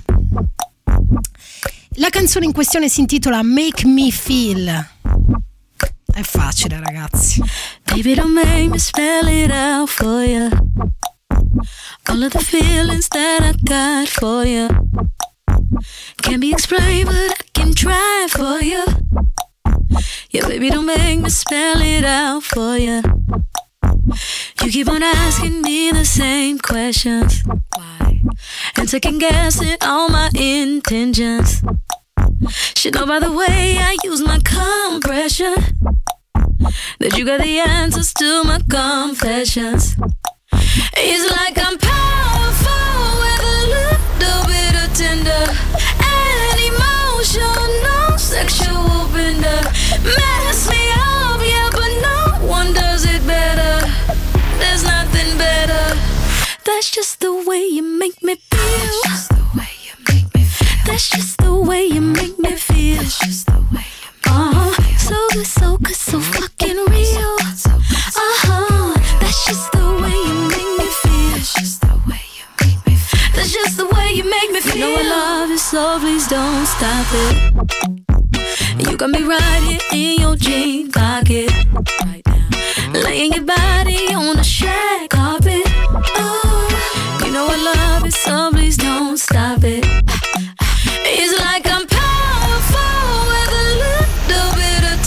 S3: La canzone in questione si intitola Make Me Feel. È facile, ragazzi.
S12: Baby, don't make me spell it out for you. All of the feelings that I got for you can't be explained, but I can try for you. Yeah, baby, don't make me spell it out for you. You keep on asking me the same questions. Why? And second guessing all my intentions. Should know by the way I use my compression that you got the answers to my confessions. It's like I'm powerful with a little bit of tender and emotional sexual bender. Mess me up, yeah, but no one does it better. There's nothing better. That's just the way you make me feel. That's just the way you make me feel. That's just the way you make me feel. That's just the way you make uh-huh. me feel. So good, so good, so fucking real. Uh-huh. That's just the way you make me feel. That's just the way you make me feel. That's just the way you make me feel. You know I love you, so please don't stop it. You got me right here in your jean pocket right now, laying your body on the shag carpet. Oh, you know I love it, so please don't stop it. It's like I'm powerful with a little bit of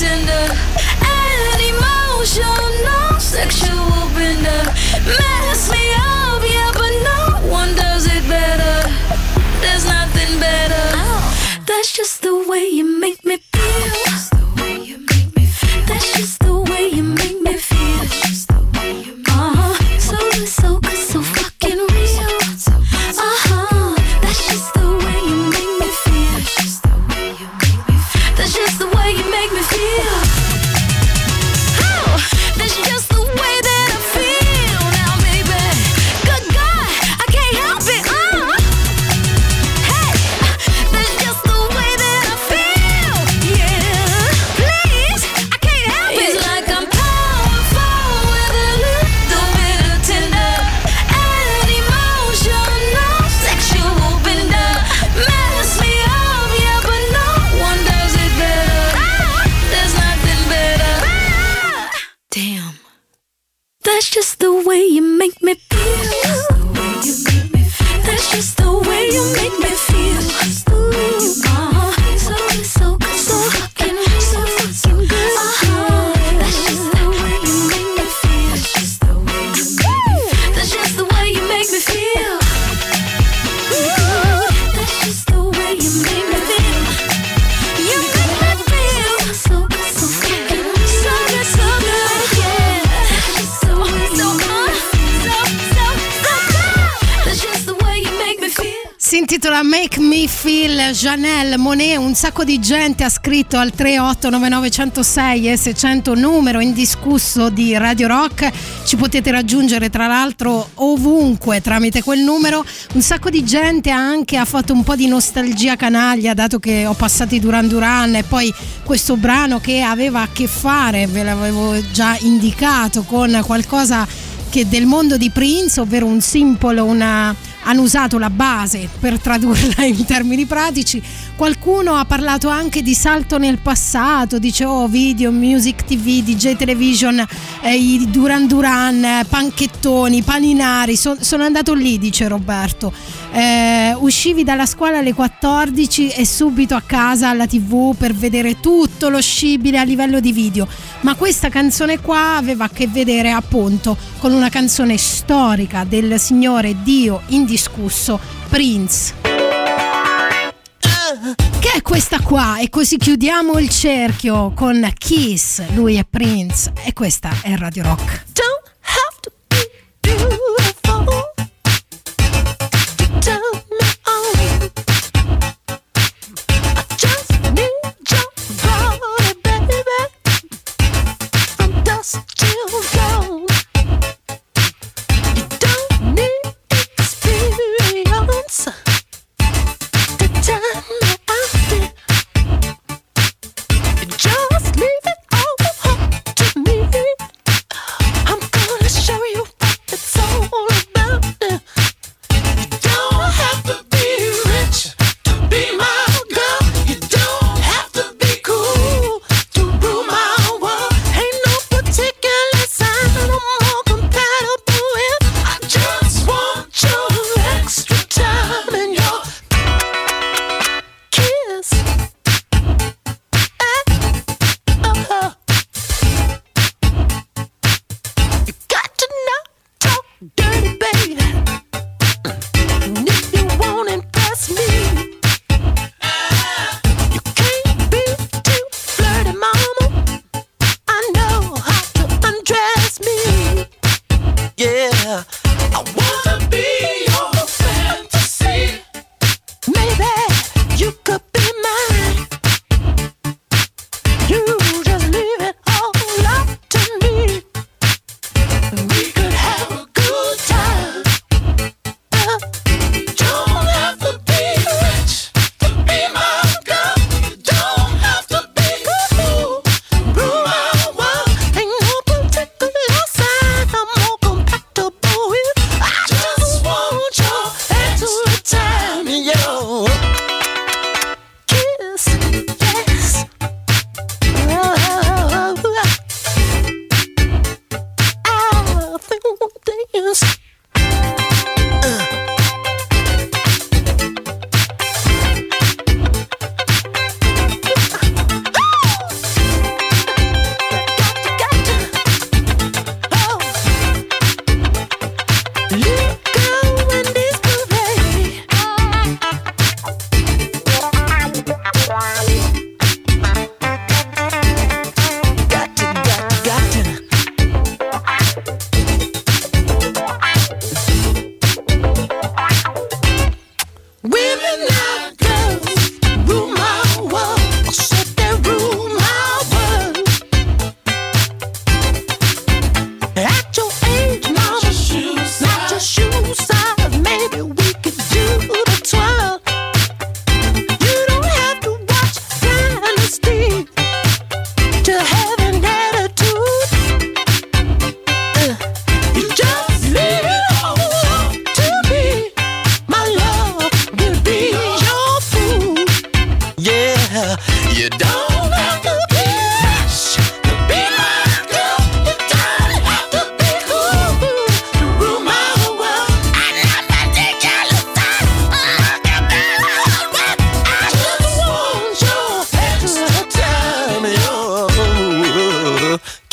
S12: way you make me feel. Oh, that's just the way that I feel now, baby. Good God, I can't help it. Uh. Hey, that's just the way that I feel. Yeah, please, I can't help it. It's like I'm powerful with a little bit of tender and emotional, sexual bender. Mess me up, yeah, but no one does it better. Ah, there's nothing better. Ah, damn, that's just the way you make me feel. That's just the way you make me feel. Ooh, uh-huh. So, so, so fucking, so fucking good. Uh-huh. That's just the way you make me feel. That's just the way you make me feel. That's just the way you make me feel. Ooh, that's just the way you make me feel. You make me feel so, so fucking, so good, so good, yeah. That's just the way you make me feel. So, so, so good. That's just the way you make me feel.
S3: Si intitola Make Me Feel, Janelle Monáe. Un sacco di gente ha scritto al tre otto nove nove zero sei e seicento, numero indiscusso di Radio Rock. Ci potete raggiungere tra l'altro ovunque tramite quel numero. Un sacco di gente anche ha fatto un po' di nostalgia canaglia, dato che ho passato i Duran Duran e poi questo brano che aveva a che fare, ve l'avevo già indicato, con qualcosa che del mondo di Prince, ovvero un simple, una... hanno usato la base per tradurla in termini pratici. Qualcuno ha parlato anche di salto nel passato, dice oh, video, music tv, D J television, eh, i Duran Duran, panchettoni, paninari, so, sono andato lì, dice Roberto. Eh, uscivi dalla scuola alle quattordici e subito a casa alla tv per vedere tutto lo scibile a livello di video, ma questa canzone qua aveva a che vedere appunto con una canzone storica del signore Dio indiscusso Prince, che è questa qua. E così chiudiamo il cerchio con Kiss. Lui è Prince e questa è Radio Rock.
S11: Don't have to be beautiful to turn me on. I just need your body, baby, from dusk till dawn. You don't need experience to turn me on. Just leave it all up to me. I'm gonna show you what it's all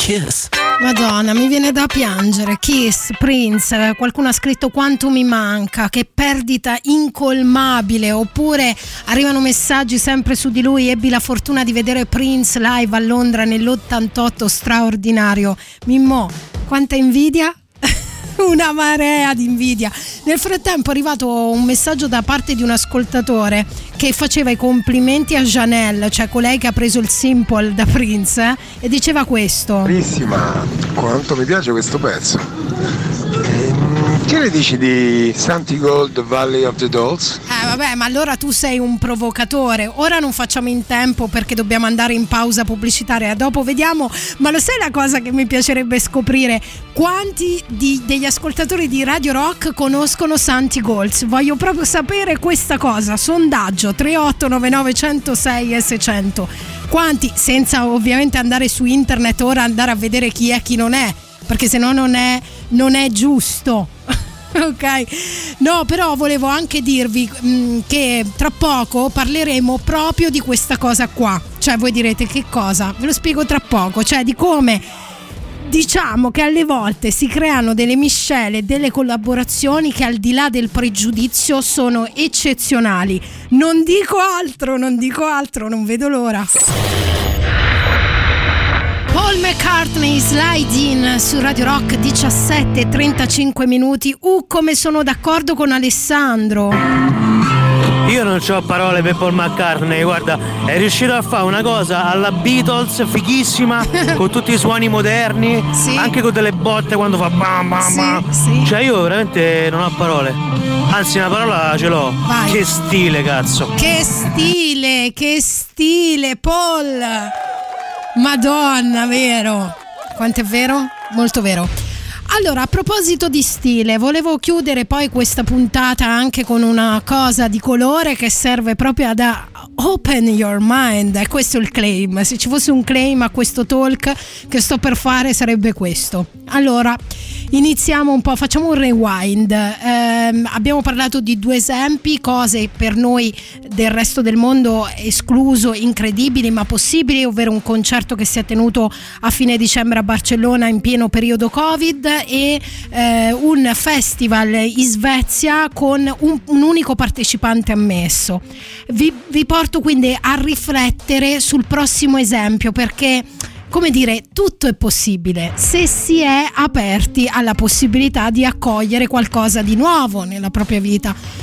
S13: Kiss.
S3: Madonna, mi viene da piangere. Kiss, Prince, qualcuno ha scritto quanto mi manca, che perdita incolmabile. Oppure arrivano messaggi sempre su di lui: ebbi la fortuna di vedere Prince live a Londra nell'ottantotto, straordinario. Mimmo, quanta invidia. Una marea di invidia. Nel frattempo è arrivato un messaggio da parte di un ascoltatore che faceva i complimenti a Janelle, cioè colei che ha preso il sample da Prince, eh, e diceva questo:
S14: Bellissima, quanto mi piace questo pezzo. Ehm, che ne dici di Santi Gold, Valley of the Dolls?
S3: Eh vabbè, ma allora tu sei un provocatore. Ora non facciamo in tempo perché dobbiamo andare in pausa pubblicitaria, dopo vediamo. Ma lo sai la cosa che mi piacerebbe scoprire? Quanti di, degli ascoltatori di Radio Rock conoscono Santi Gold? Voglio proprio sapere questa cosa. Sondaggio tre otto nove nove uno zero sei seicento. Quanti? Senza ovviamente andare su internet ora andare a vedere chi è chi non è, perché se no non è non è giusto. Ok, no, però volevo anche dirvi mh, che tra poco parleremo proprio di questa cosa qua. Cioè voi direte che cosa? Ve lo spiego tra poco, cioè di come diciamo che alle volte si creano delle miscele, delle collaborazioni che al di là del pregiudizio sono eccezionali. Non dico altro, non dico altro, non vedo l'ora. Paul McCartney, Slide In su Radio Rock, diciassette e trentacinque minuti. Uh, come sono d'accordo con Alessandro.
S15: Io non ho parole per Paul McCartney, guarda, è riuscito a fare una cosa alla Beatles fighissima, con tutti i suoni moderni, sì. Anche con delle botte quando fa bam bam bam. Sì, sì. Cioè io veramente non ho parole. Anzi, una parola ce l'ho. Vai. Che stile, cazzo.
S3: Che stile, che stile, Paul. Madonna, vero? Quanto è vero? Molto vero. Allora, a proposito di stile, volevo chiudere poi questa puntata anche con una cosa di colore che serve proprio ad open your mind. E questo è il claim. Se ci fosse un claim a questo talk che sto per fare sarebbe questo. Allora, iniziamo un po', facciamo un rewind. Eh, abbiamo parlato di due esempi, cose per noi del resto del mondo escluso, incredibili ma possibili, ovvero un concerto che si è tenuto a fine dicembre a Barcellona in pieno periodo Covid e eh, un festival in Svezia con un, un unico partecipante ammesso. Vi, vi porto quindi a riflettere sul prossimo esempio, perché come dire, tutto è possibile se si è aperti alla possibilità di accogliere qualcosa di nuovo nella propria vita.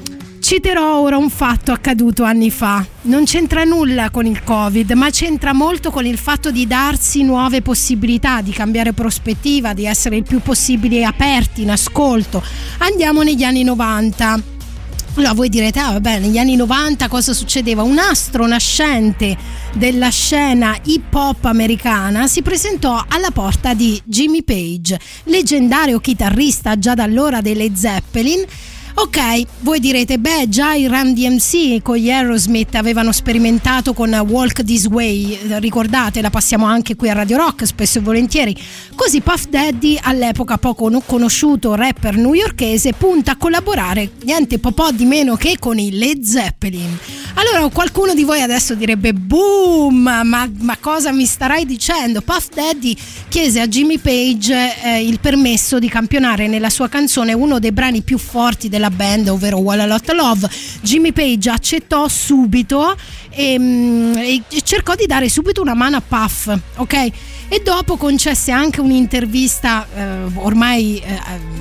S3: Citerò ora un fatto accaduto anni fa. Non c'entra nulla con il Covid, ma c'entra molto con il fatto di darsi nuove possibilità, di cambiare prospettiva, di essere il più possibile aperti, in ascolto. Andiamo negli anni novanta. Allora voi direte, ah vabbè, negli anni novanta cosa succedeva? Un astro nascente della scena hip hop americana si presentò alla porta di Jimmy Page, leggendario chitarrista già da allora dei Led Zeppelin. Ok, voi direte, beh, già i Run D M C con gli Aerosmith avevano sperimentato con Walk This Way, ricordate, la passiamo anche qui a Radio Rock spesso e volentieri. Così Puff Daddy, all'epoca poco conosciuto rapper newyorkese, punta a collaborare niente po' po' di meno che con i Led Zeppelin. Allora qualcuno di voi adesso direbbe, boom, ma, ma cosa mi starai dicendo? Puff Daddy chiese a Jimmy Page eh, il permesso di campionare nella sua canzone uno dei brani più forti della band, ovvero Walla Lotta Love. Jimmy Page accettò subito e, e cercò di dare subito una mano a Puff, ok? E dopo concesse anche un'intervista eh, ormai eh,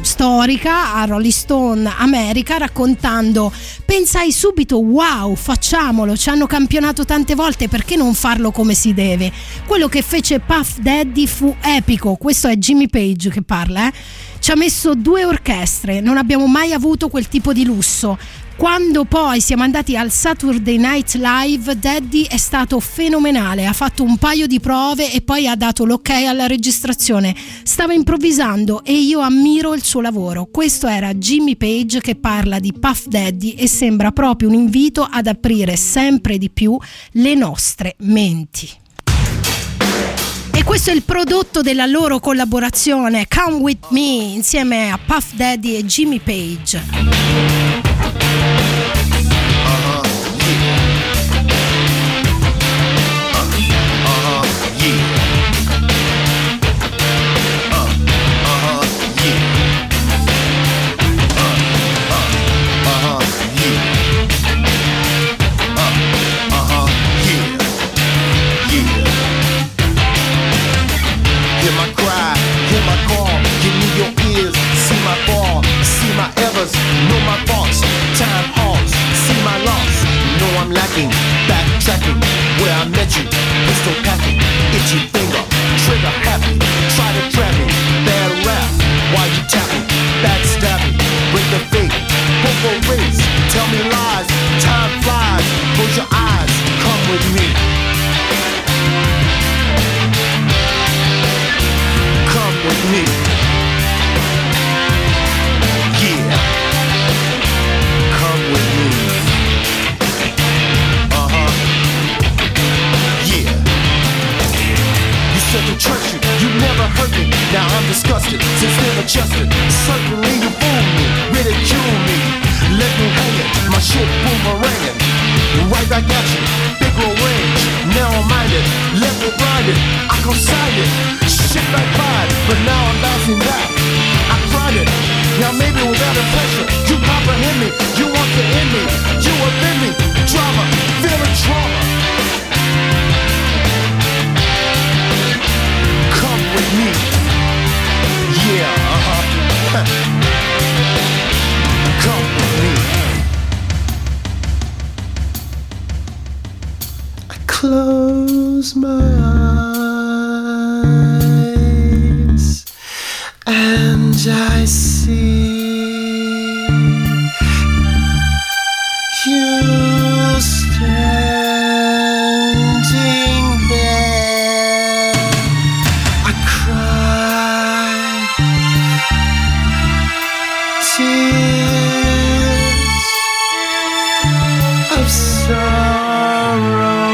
S3: storica a Rolling Stone America, raccontando: pensai subito, wow, facciamolo, ci hanno campionato tante volte, perché non farlo come si deve? Quello che fece Puff Daddy fu epico. Questo è Jimmy Page che parla, eh? Ci ha messo due orchestre, non abbiamo mai avuto quel tipo di lusso. Quando poi siamo andati al Saturday Night Live, Daddy è stato fenomenale, ha fatto un paio di prove e poi ha dato l'ok alla registrazione. Stava improvvisando e io ammiro il suo lavoro. Questo era Jimmy Page che parla di Puff Daddy e sembra proprio un invito ad aprire sempre di più le nostre menti. E questo è il prodotto della loro collaborazione Come With Me insieme a Puff Daddy e Jimmy Page.
S13: disgusted, since then adjusted. Certainly you fool me, ridicule me, let me hang it, my shit boomeranging. Right back at you, big ol' range, narrow-minded, let me grind it, I consign it, shit like pride, but now I'm bouncing back, I tried it, now maybe without a pressure, you comprehend me, you want to end me, you offend me, drama, feeling trauma. Come with me, yeah, uh-huh, come with me. Close my eyes and I see you standing there. I cry tears of sorrow.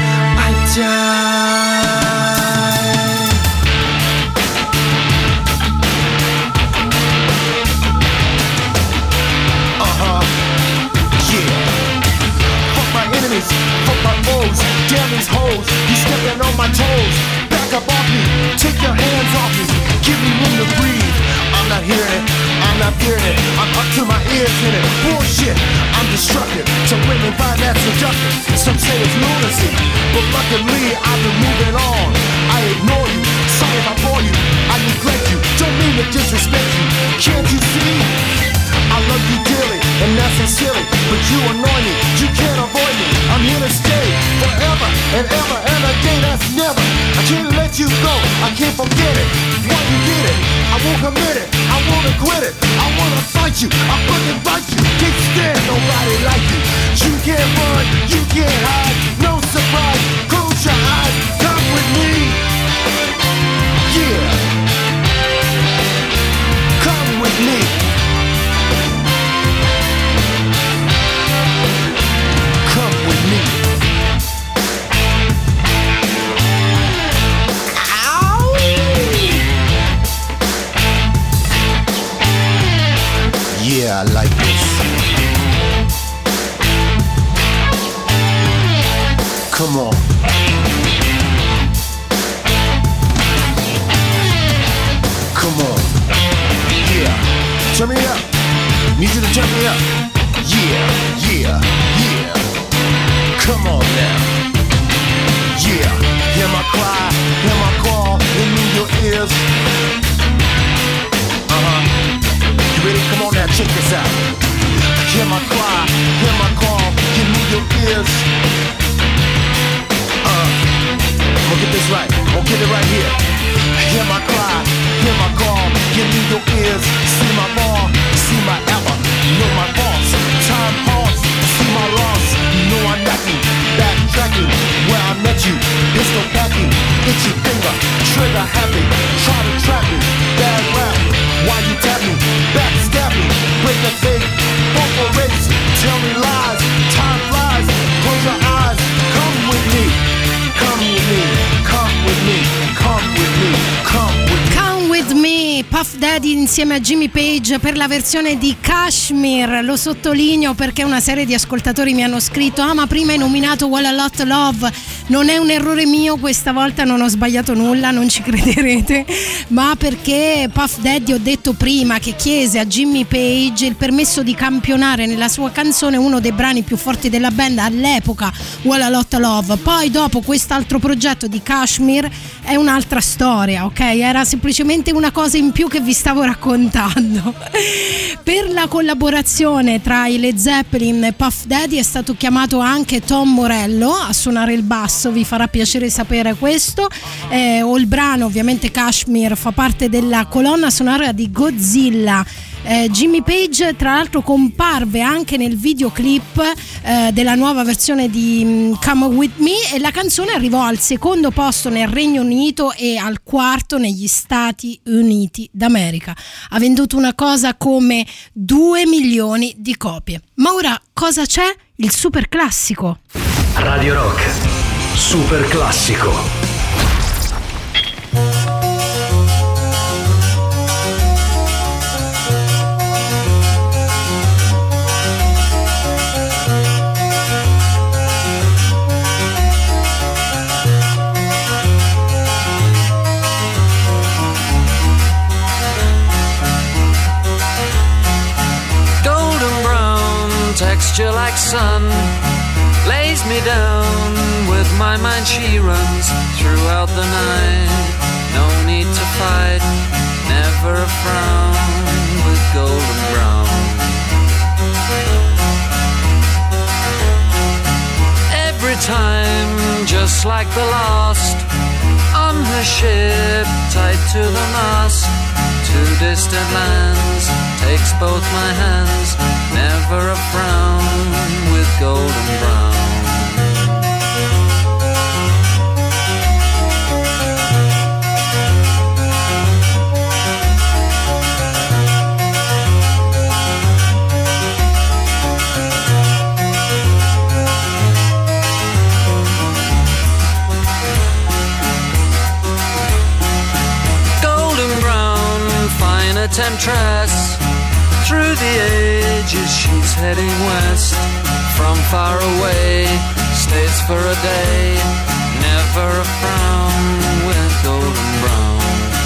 S13: Damn these hoes, you stepping on my toes. Back up off me, take your hands off me. Give me room to breathe. I'm not hearing it, I'm not fearing it. I'm up to my ears in it. Bullshit, I'm destructive. So women find that seductive. Some say it's lunacy, but luckily I've been moving on. I ignore you, sorry if I bore you. I neglect you, don't mean to disrespect you. Can't you see? I love you dearly, and that's sincerely, but you annoy me, you can't avoid me. I'm here to stay forever and ever and a day that's never. I can't let you go, I can't forget it. Why you did it, I won't commit it, I wanna quit it, I wanna fight you, I fucking fight you. Can't stand nobody like you. You can't run, you can't hide, no surprise. Close your eyes, come with me. Yeah, come with me. Yeah, I like this. Come on. Come on. Yeah. Turn me up. Need you to turn me up. Yeah, yeah, yeah. Come on now. Yeah. Hear my cry, hear my call in your ears. Uh-huh. Ready? Come on now, check this out. Hear my cry, hear my call, give me your ears. Uh, I'm gonna get this right, I'm gonna get it right here. Hear my cry, hear my call, give me your ears. See my ball, see my ever, know my boss. Time pause, see my loss. Know I'm knocking, backtracking. Where I met you, pistol packing, itchy finger, trigger happy. Try to trap me, bad rap. Why you tap me, backstab me, break the fake, vocal race, tell me lies, time flies, close your eyes, come with me, come with me, come with me, come with me, come with me.
S3: Come with me, Puff Daddy insieme a Jimmy Page per la versione di Kashmir. Lo sottolineo perché una serie di ascoltatori mi hanno scritto: ah, ma prima hai nominato What a Lot Love. Non è un errore mio, questa volta non ho sbagliato nulla, non ci crederete, ma perché Puff Daddy, ho detto prima, che chiese a Jimmy Page il permesso di campionare nella sua canzone uno dei brani più forti della band all'epoca, What a Lot Love. Poi dopo quest'altro progetto di Kashmir è un'altra storia, ok? Era semplicemente una cosa in più che vi stavo raccontando. Per la collaborazione tra i Led Zeppelin e Puff Daddy è stato chiamato anche Tom Morello a suonare il basso. Vi farà piacere sapere questo. Eh, o il brano, ovviamente Kashmir, fa parte della colonna sonora di Godzilla. Eh, Jimmy Page tra l'altro comparve anche nel videoclip eh, della nuova versione di um, Come With Me, e la canzone arrivò al secondo posto nel Regno Unito e al quarto negli Stati Uniti d'America. Ha venduto una cosa come due milioni di copie. Ma ora cosa c'è? Il super classico.
S1: Radio Rock, super classico.
S9: Gesture like sun lays me down. With my mind she runs throughout the night. No need to fight, never a frown. With golden brown. Every time, just like the last, on her ship, tied to the mast, to distant lands, takes both my hands, never a frown, with golden brown. Temptress, through the ages she's heading west. From far away, stays for a day, never a frown, with golden brown.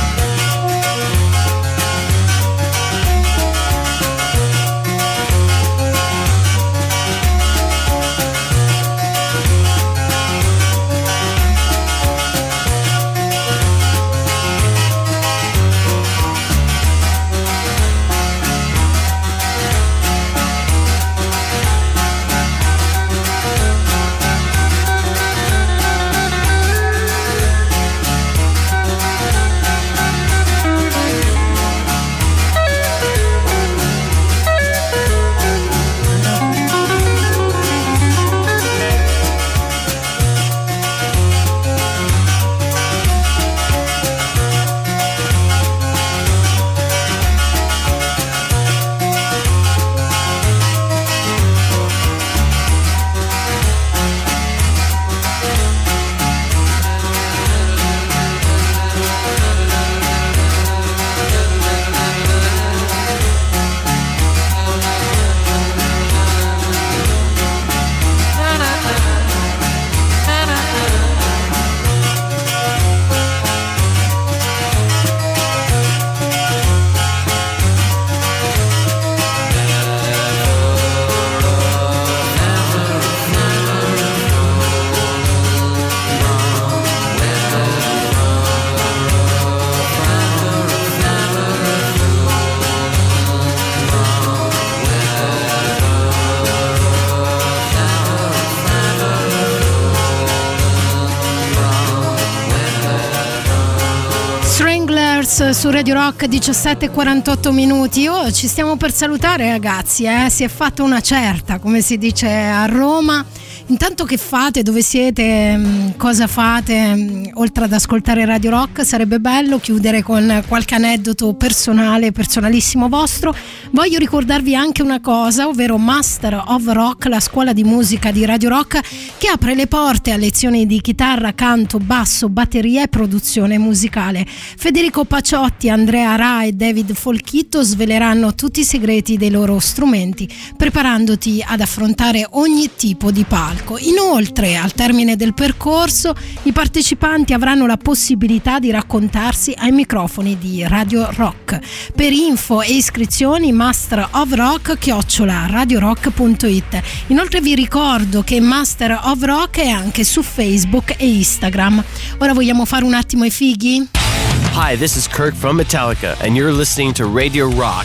S3: Su Radio Rock, diciassette e quarantotto minuti. Oh, ci stiamo per salutare, ragazzi, eh? Si è fatta una certa, come si dice a Roma. Intanto che fate, dove siete, cosa fate, oltre ad ascoltare Radio Rock? Sarebbe bello chiudere con qualche aneddoto personale, personalissimo vostro. Voglio ricordarvi anche una cosa, ovvero Master of Rock, la scuola di musica di Radio Rock, che apre le porte a lezioni di chitarra, canto, basso, batteria e produzione musicale. Federico Paciotti, Andrea Ra e David Folchitto sveleranno tutti i segreti dei loro strumenti, preparandoti ad affrontare ogni tipo di palco. Inoltre, al termine del percorso, i partecipanti avranno la possibilità di raccontarsi ai microfoni di Radio Rock. Per info e iscrizioni, Master of Rock chiocciola radiorock punto it. Inoltre vi ricordo che Master of Rock è anche su Facebook e Instagram. Ora vogliamo fare un attimo i fighi?
S16: Hi, this is Kirk from Metallica, and you're listening to Radio Rock.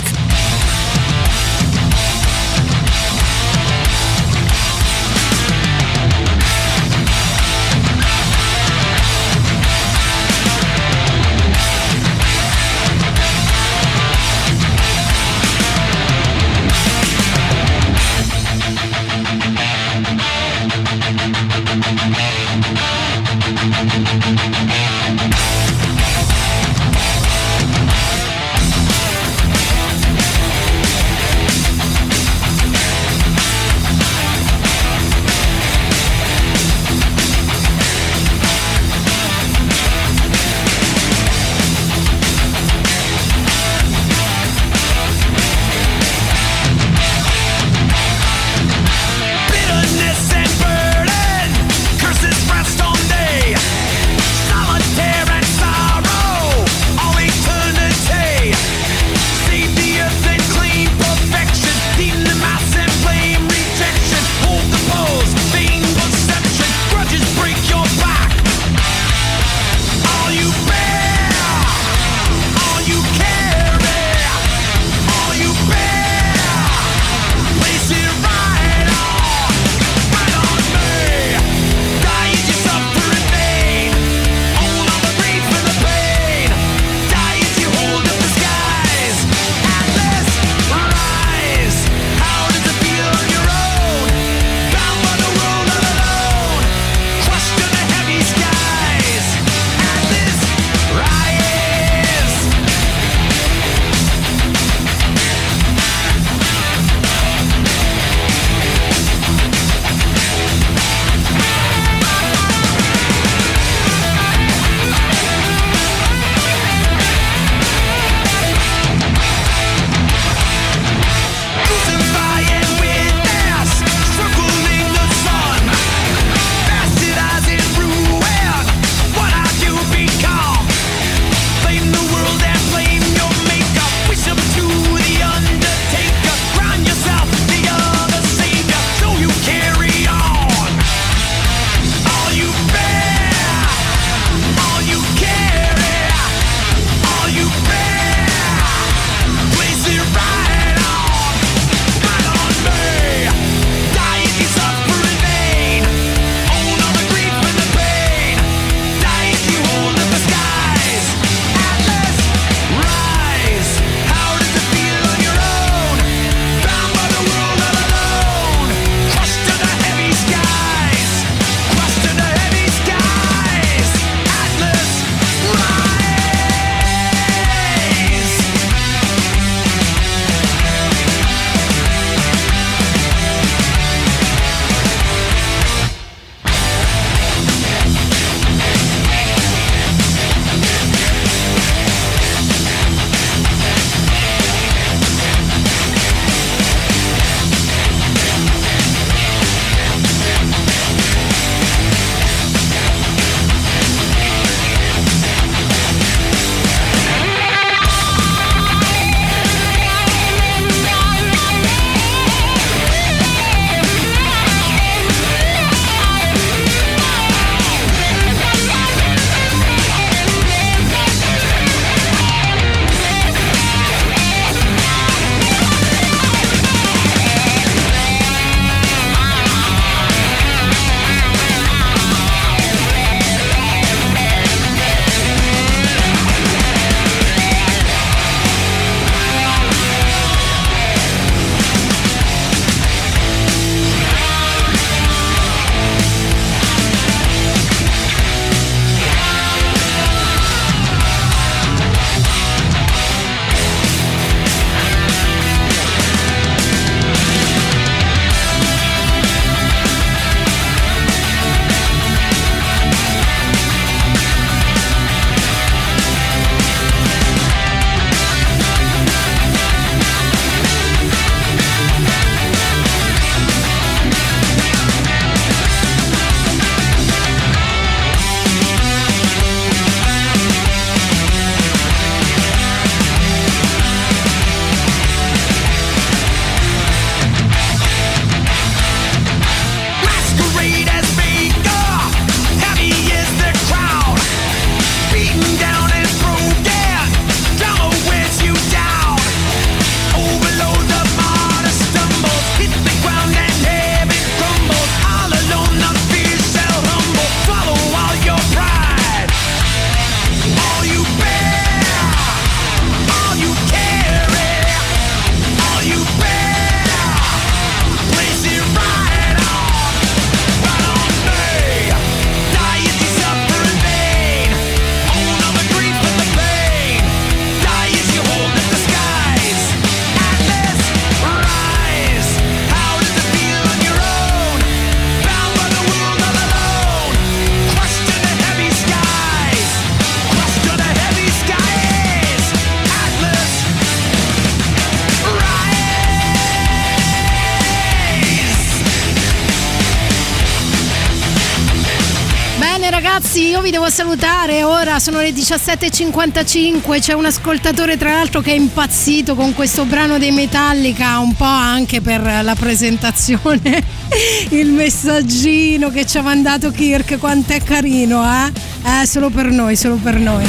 S3: Ragazzi, io vi devo salutare, ora sono le diciassette e cinquantacinque, c'è un ascoltatore tra l'altro che è impazzito con questo brano dei Metallica, un po' anche per la presentazione, il messaggino che ci ha mandato Kirk, quant'è carino, eh? Eh, solo per noi, solo per noi.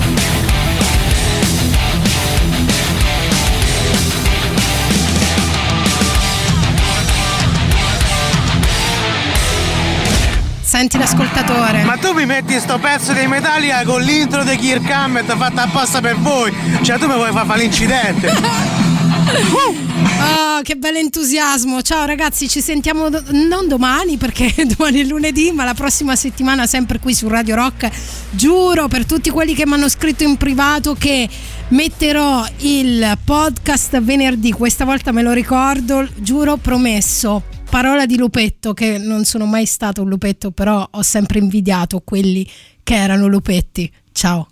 S3: Senti l'ascoltatore.
S15: Ma tu mi metti sto pezzo dei Metallica con l'intro di Kirk Hammett fatta apposta per voi. Cioè tu mi vuoi far fare l'incidente.
S3: Oh, che bello entusiasmo. Ciao ragazzi, ci sentiamo do- non domani perché domani è lunedì, ma la prossima settimana sempre qui su Radio Rock. Giuro per tutti quelli che mi hanno scritto in privato che metterò il podcast venerdì, questa volta me lo ricordo, giuro, promesso. Parola di lupetto, che non sono mai stato un lupetto, però ho sempre invidiato quelli che erano lupetti. Ciao.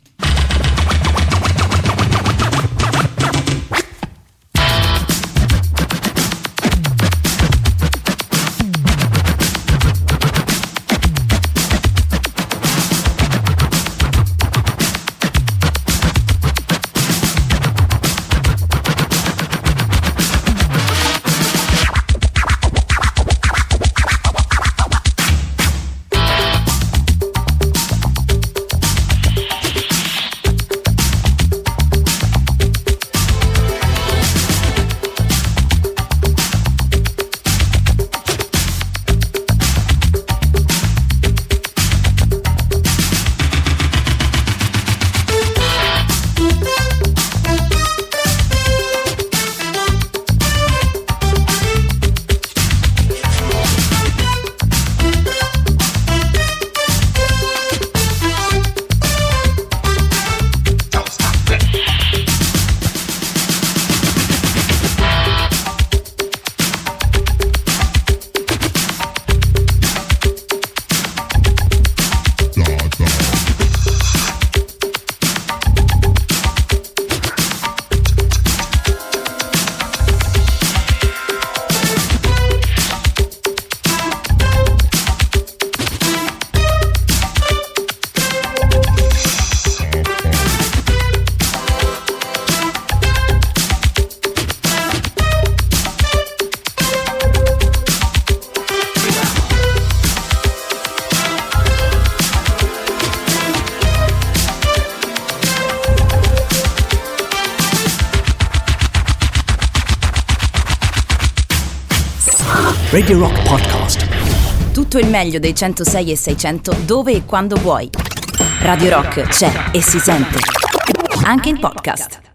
S1: Radio Rock Podcast.
S2: Tutto il meglio dei centosei e seicento dove e quando vuoi. Radio Rock c'è e si sente. Anche in podcast.